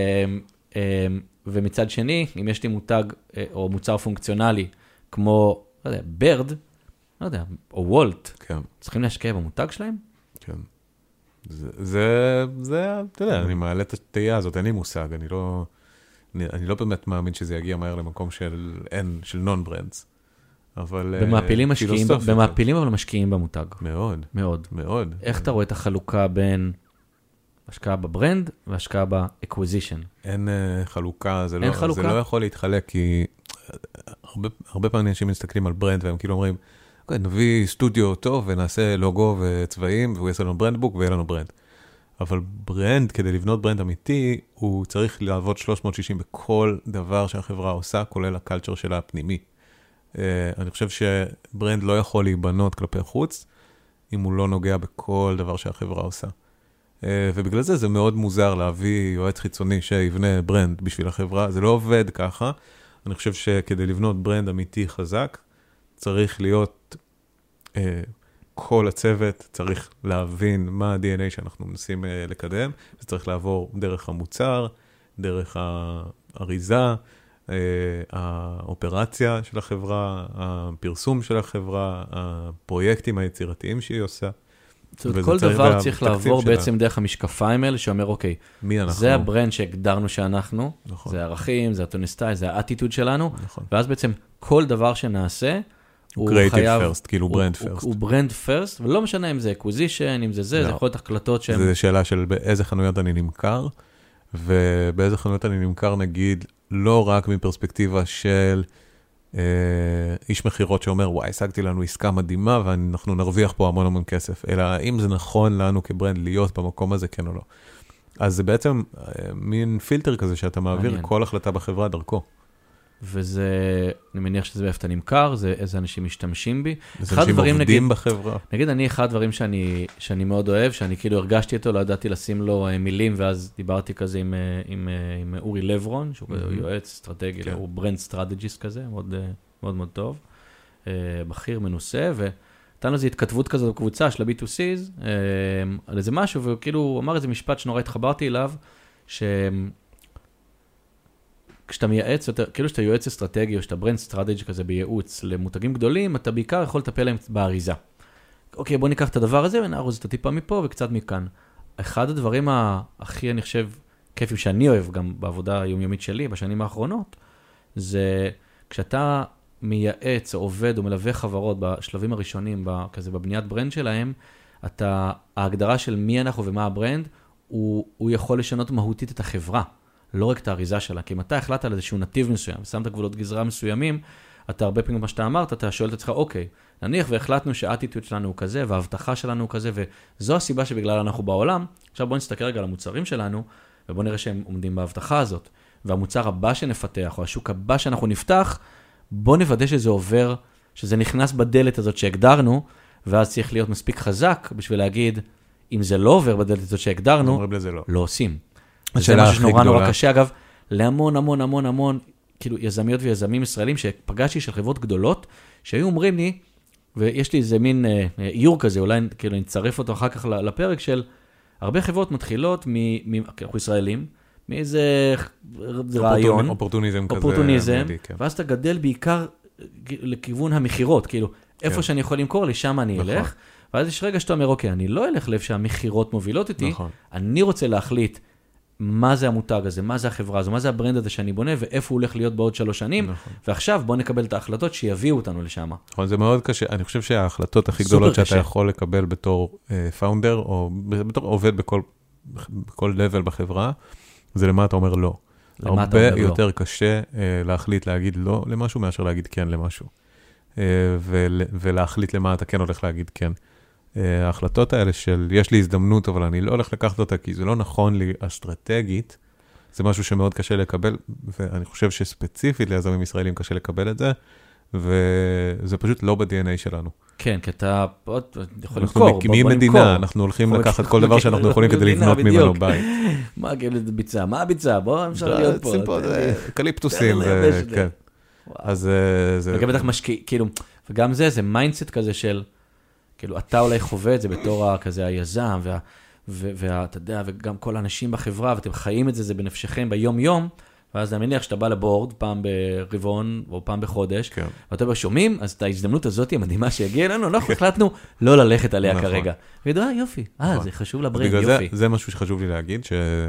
אמ, ומצד שני, אם יש לי מותג אה, או מוצר פונקציונלי, כמו, לא יודע, ברד, לא יודע, או וולט,
כן,
צריכים להשקיע במותג שלהם?
כן. זה, זה, זה, אתה יודע, אני מעלה את התהייה הזאת, אין לי מושג, אני לא, אני, אני לא באמת מאמין שזה יגיע מהר למקום של אין, של נון ברנדס. אבל... אה,
במעפילים משקיעים,
פילוסופיה.
במעפילים אבל משקיעים במותג.
מאוד,
מאוד.
מאוד.
איך אתה רואה את החלוקה בין השקעה בברנד והשקעה באקוויזישן?
אין uh, חלוקה, זה
אין
לא,
חלוקה?
זה לא יכול להתחלק, כי הרבה, הרבה פעמים אנשים מסתכלים על ברנד, והם כאילו אומרים, אוקיי, נביא סטודיו טוב, ונעשה לוגו וצבעים, והוא יעשה לנו ברנד בוק, ויהיה לנו ברנד. אבל ברנד, כדי לבנות ברנד אמיתי, הוא צריך לעבוד שלוש מאות שישים בכל דבר שהחברה עושה, כולל הקלצ'ר שלה הפנימי. Uh, אני חושב שברנד לא יכול להיבנות כלפי חוץ, אם הוא לא נוגע בכל דבר שהחברה עושה. Uh, ובגלל זה זה מאוד מוזר להביא יועץ חיצוני שיבנה ברנד בשביל החברה, זה לא עובד ככה. אני חושב שכדי לבנות ברנד אמיתי חזק, צריך להיות uh, כל הצוות, צריך להבין מה ה-די אן איי שאנחנו מנסים uh, לקדם, זה צריך לעבור דרך המוצר, דרך האריזה, uh, האופרציה של החברה, הפרסום של החברה, הפרויקטים היצירתיים שהיא עושה.
זאת אומרת,
וזה
כל
צריך
דבר
לה-
צריך
תקציב
לעבור
שלה.
בעצם דרך המשקפיים האלה, שאומר, אוקיי,
מי אנחנו?
זה הברנד שהגדרנו שאנחנו,
נכון.
זה הערכים, זה הטוניסטאי, זה האטיטוד שלנו,
נכון.
ואז בעצם כל דבר שנעשה,
הוא
הוא
creative
חייב...
first, כאילו
הוא-
brand
הוא-
first.
הוא ברנד פרסט, ולא משנה אם זה acquisition, אם זה זה, זה
לא.
יכול להיות הקלטות שהן...
זו שאלה של באיזה חנויות אני נמכר, ובאיזה חנויות אני נמכר, נגיד, לא רק מפרספקטיבה של אה, איש מחירות שאומר, וואי, השגתי לנו עסקה מדהימה, ואנחנו נרוויח פה המון המון כסף, אלא האם זה נכון לנו כברנד להיות במקום הזה, כן או לא. אז זה בעצם אה, מין פילטר כזה, שאתה מעביר
מעניין.
כל החלטה בחברה דרכו.
וזה, אני מניח שזה באיפה אתה נמכר, זה איזה אנשים משתמשים בי.
אז
אחד
אנשים
הדברים,
עובדים
נגיד-
בחברה.
נגיד, אני, אחד הדברים שאני, שאני מאוד אוהב, שאני כאילו הרגשתי אותו, לא ידעתי לשים לו אה, מילים, ואז דיברתי כזה עם, אה, עם, אה, עם אורי לברון, שהוא
מהמם.
יועץ אסטרטגי,
כן.
הוא ברנד סטרטג'יסט כזה, מאוד, אה, מאוד מאוד טוב, אה, בכיר, מנוסה, ונתן לו איזו התכתבות כזאת בקבוצה של ה-בי טו סיז, אה, על איזה משהו, וכאילו הוא אמר איזה משפט שנורא התחברתי אליו, ש... כשאתה מייעץ, יותר, כאילו שאתה יועץ אסטרטגי, או שאתה ברנד סטרטג'י כזה בייעוץ למותגים גדולים, אתה בעיקר יכול לטפל להם באריזה. אוקיי, בוא ניקח את הדבר הזה ונארוז את הטיפה מפה וקצת מכאן. אחד הדברים הכי, אני חושב, כיפים שאני אוהב גם בעבודה היומיומית שלי בשנים האחרונות, זה כשאתה מייעץ או עובד או מלווה חברות בשלבים הראשונים, כזה בבניית ברנד שלהם, אתה, ההגדרה של מי אנחנו ומה הברנד, הוא, הוא יכול לשנות מהותית את החברה. לא רק את האריזה שלה, כי אם אתה החלטת על איזשהו נתיב מסוים, ושמת גבולות גזרה מסוימים, אתה הרבה פעמים, מה שאתה אמרת, אתה שואל את עצמך, אוקיי, נניח והחלטנו שהאטיטוד שלנו הוא כזה, וההבטחה שלנו הוא כזה, וזו הסיבה שבגלל אנחנו בעולם, עכשיו בוא נסתכל רגע על המוצרים שלנו, ובוא נראה שהם עומדים בהבטחה הזאת, והמוצר הבא שנפתח, או השוק הבא שאנחנו נפתח, בוא נוודא שזה עובר, שזה נכנס בדלת הזאת שהגדרנו, ואז צריך להיות מספיק חזק בשביל להגיד, אם זה לא עובר בדלת הזאת שהגדרנו,
אומרים לזה לא.
לא עושים. זה
השאלה
משהו
הכי
שנורא נורא
גדולה.
קשה, אגב, להמון המון המון המון, כאילו יזמיות ויזמים ישראלים שפגשתי של חברות גדולות, שהיו אומרים לי, ויש לי איזה מין אה, איור כזה, אולי כאילו נצרף אותו אחר כך לפרק של, הרבה חברות מתחילות, מ, מ, אנחנו ישראלים, מאיזה רעיון,
אופורטוניזם כזה.
אופורטוניזם,
מיידי, כן.
ואז אתה גדל בעיקר לכיוון המחירות, כאילו, איפה
כן.
שאני יכול למכור, לשם אני
נכון.
אלך, ואז יש רגע שאתה אומר, אוקיי, אני לא אלך לב שהמחירות מובילות איתי,
נכון.
אני רוצה להחליט מה זה המותג הזה, מה זה החברה הזו, מה זה הברנד הזה שאני בונה, ואיפה הוא הולך להיות בעוד שלוש שנים, נכון. ועכשיו בוא נקבל את ההחלטות שיביאו אותנו לשם.
נכון, זה מאוד קשה, אני חושב שההחלטות הכי גדולות שאתה קשה. יכול לקבל בתור פאונדר, uh, או בתור עובד בכל, בכל level בחברה, זה למה אתה אומר לא. הרבה יותר לא. קשה uh, להחליט להגיד לא למשהו, מאשר להגיד כן למשהו. Uh, ול, ולהחליט למה אתה כן הולך להגיד כן. ההחלטות האלה של יש לי הזדמנות, אבל אני לא הולך לקחת אותה, כי זה לא נכון לי אסטרטגית, זה משהו שמאוד קשה לקבל, ואני חושב שספציפית ליזמים ישראלים קשה לקבל את זה, וזה פשוט לא ב-די אן איי שלנו.
כן, כי אתה יכול
למכור. אנחנו מקימים מדינה, אנחנו הולכים לקחת כל דבר שאנחנו יכולים כדי לבנות ממנו בית.
מה הביצה? מה הביצה? בוא, אפשר להיות פה.
קליפטוסים, כן. אז זה...
וגם בטח משקיע, כאילו, וגם זה, זה מיינדסט כזה של... כאילו, אתה אולי חווה את זה בתור כזה היזם, וה, וה, אתה יודע, וגם כל האנשים בחברה, ואתם חיים את זה, זה בנפשכם ביום-יום, ואז אני מניח שאתה בא לבורד פעם ברבעון, או פעם בחודש, כן. ואתה שומעים, אז את ההזדמנות הזאת המדהימה שהגיעה לנו, אנחנו החלטנו לא ללכת עליה נכון. כרגע. וידעו, אה, יופי, אה, נכון. זה חשוב לברנד, יופי.
זה, זה משהו שחשוב לי להגיד,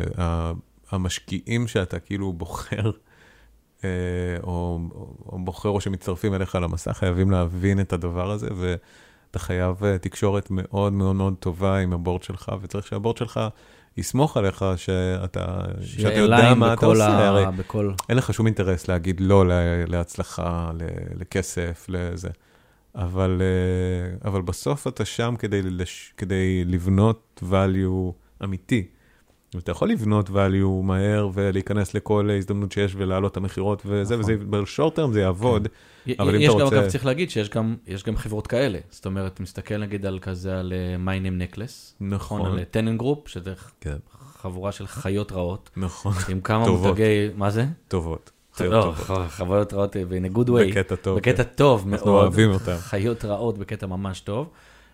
שהמשקיעים שאתה כאילו בוחר, או, או, או בוחר או שמצטרפים אליך על המסע, חייבים להבין את הדבר הזה, ו... אתה חייב תקשורת מאוד מאוד מאוד טובה עם הבורד שלך, וצריך שהבורד שלך יסמוך עליך שאתה, שאתה יודע מה אתה עושה. הרי
בכל...
אין לך שום אינטרס להגיד לא להצלחה, לכסף, לזה. אבל, אבל בסוף אתה שם כדי, לש... כדי לבנות value אמיתי. אתה יכול לבנות value מהר ולהיכנס לכל הזדמנות שיש ולהעלות את המחירות וזה, וזה בשורט טרם זה יעבוד.
אבל אם אתה רוצה... יש גם, אגב, צריך להגיד שיש גם, יש גם חברות כאלה. זאת אומרת, אתה מסתכל נגיד על כזה, על My Name Necklace.
נכון.
על טנן גרופ, שזה חבורה של חיות רעות.
נכון.
עם כמה מותגי, מה זה?
טובות.
חיות רעות in a good way.
בקטע טוב.
בקטע טוב מאוד.
אנחנו אוהבים אותם.
חיות רעות בקטע ממש טוב.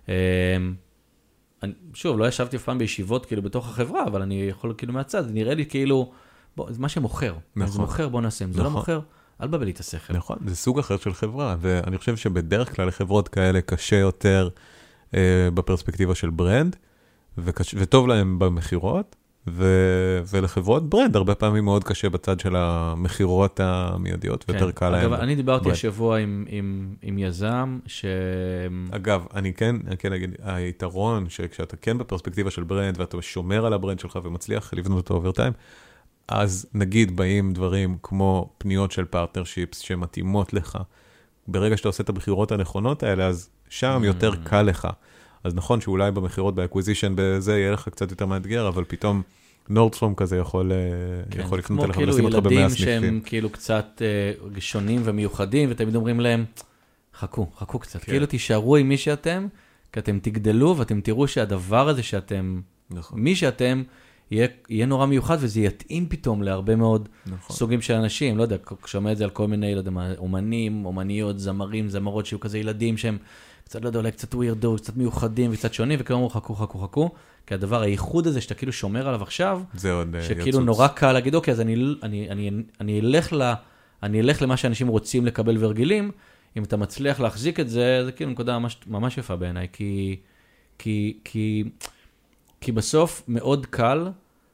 שוב, לא ישבתי אף פעם בישיבות כאילו בתוך החברה, אבל אני יכול כאילו מהצד, זה נראה לי כאילו, זה מה שמוכר. נכון. זה מוכר, בוא נעשה. זה לא מוכר, אל בבלי את השכל.
נכון, זה סוג אחר של חברה, ואני חושב שבדרך כלל לחברות כאלה קשה יותר אה, בפרספקטיבה של ברנד, וקש... וטוב להם במחירות, ו... ולחברות ברנד, הרבה פעמים מאוד קשה בצד של המחירות המיידיות, ויותר קל להם.
אגב, אני דיברתי השבוע עם, עם, עם יזם, ש...
אגב, אני כן, אני כן אגיד, היתרון שכשאתה כן בפרספקטיבה של ברנד, ואתה שומר על הברנד שלך ומצליח לבנות אותו אובר טיים, אז נגיד באים דברים כמו פניות של פרטנרשיפס שמתאימות לך, ברגע שאתה עושה את הבחירות הנכונות האלה, אז שם יותר קל לך. אז נכון שאולי במחירות, באקוויזישן, בזה יהיה לך קצת יותר מאתגר, אבל פתאום נורדסטרום כזה יכול, כן, יכול לקנות אליך ולשים אותך במאה סניפים.
כמו כאילו ילדים שהם כאילו קצת uh, שונים ומיוחדים, ותמיד אומרים להם, חכו, חכו קצת, כן. כאילו תישארו עם מי שאתם, כי אתם תגדלו, ואתם תראו שהדבר הזה שאתם, נכון. מי שאתם, יהיה, יהיה נורא מיוחד, וזה יתאים פתאום להרבה מאוד נכון. סוגים של אנשים, לא יודע, שומע את זה על כל מיני, לא יודע, אומנים, אומניות, זמרים, זמרות, שיהיו כזה ילדים שהם, קצת לא יודע, אולי קצת ווירדו, קצת מיוחדים וקצת שונים, וכאילו אמרו, חכו, חכו, חכו, כי הדבר, הייחוד הזה שאתה כאילו שומר עליו עכשיו, שכאילו יצוץ. נורא קל להגיד, אוקיי, אז אני, אני, אני, אני אלך ל, אני אלך למה שאנשים רוצים לקבל ורגילים, אם אתה מצליח להחזיק את זה, זה כאילו נקודה ממש, ממש יפה בעיניי, כי, כי, כי, כי בסוף מאוד קל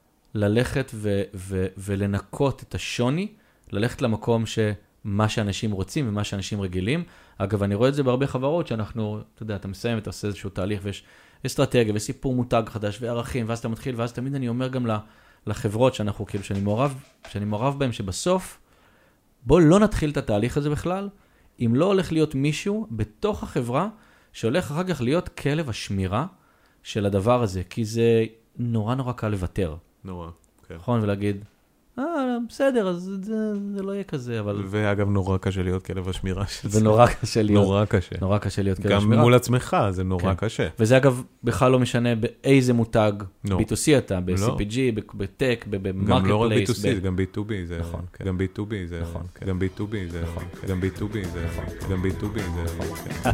ללכת ו, ו, ולנקות את השוני, ללכת למקום שמה שאנשים רוצים ומה שאנשים רגילים. אגב, אני רואה את זה בהרבה חברות שאנחנו, אתה יודע, אתה מסיים, אתה עושה איזשהו תהליך ויש אסטרטגיה וסיפור מותג חדש וערכים, ואז אתה מתחיל, ואז תמיד אני אומר גם לחברות שאנחנו, כאילו, שאני מעורב, שאני מעורב בהם, שבסוף, בוא לא נתחיל את התהליך הזה בכלל, אם לא הולך להיות מישהו בתוך החברה, שהולך אחר כך להיות כלב השמירה של הדבר הזה, כי זה נורא נורא קל לוותר.
נורא, כן.
נכון, ולהגיד, אה, בסדר, אז זה, זה לא יהיה כזה, אבל...
ואגב, נורא קשה להיות כלב השמירה של זה.
ונורא קשה להיות.
נורא קשה.
נורא קשה להיות כלב
גם
השמירה.
גם מול עצמך, זה נורא כן. קשה.
וזה אגב, בכלל לא משנה באיזה מותג no. בי טו סי אתה, ב-סי פי ג'י, בטק, במרקט פלייס.
גם לא רק בי טו סי, זה גם בי טו בי. זה
נכון.
גם בי טו בי, זה נכון. גם בי טו בי, זה נכון. גם בי טו בי, זה נכון. גם בי טו בי, זה נכון.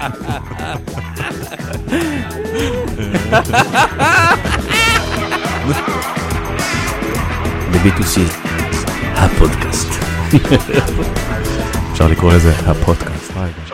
ב-בי טו סי, הפודקאסט.
אפשר לקרוא לזה הפודקאסט.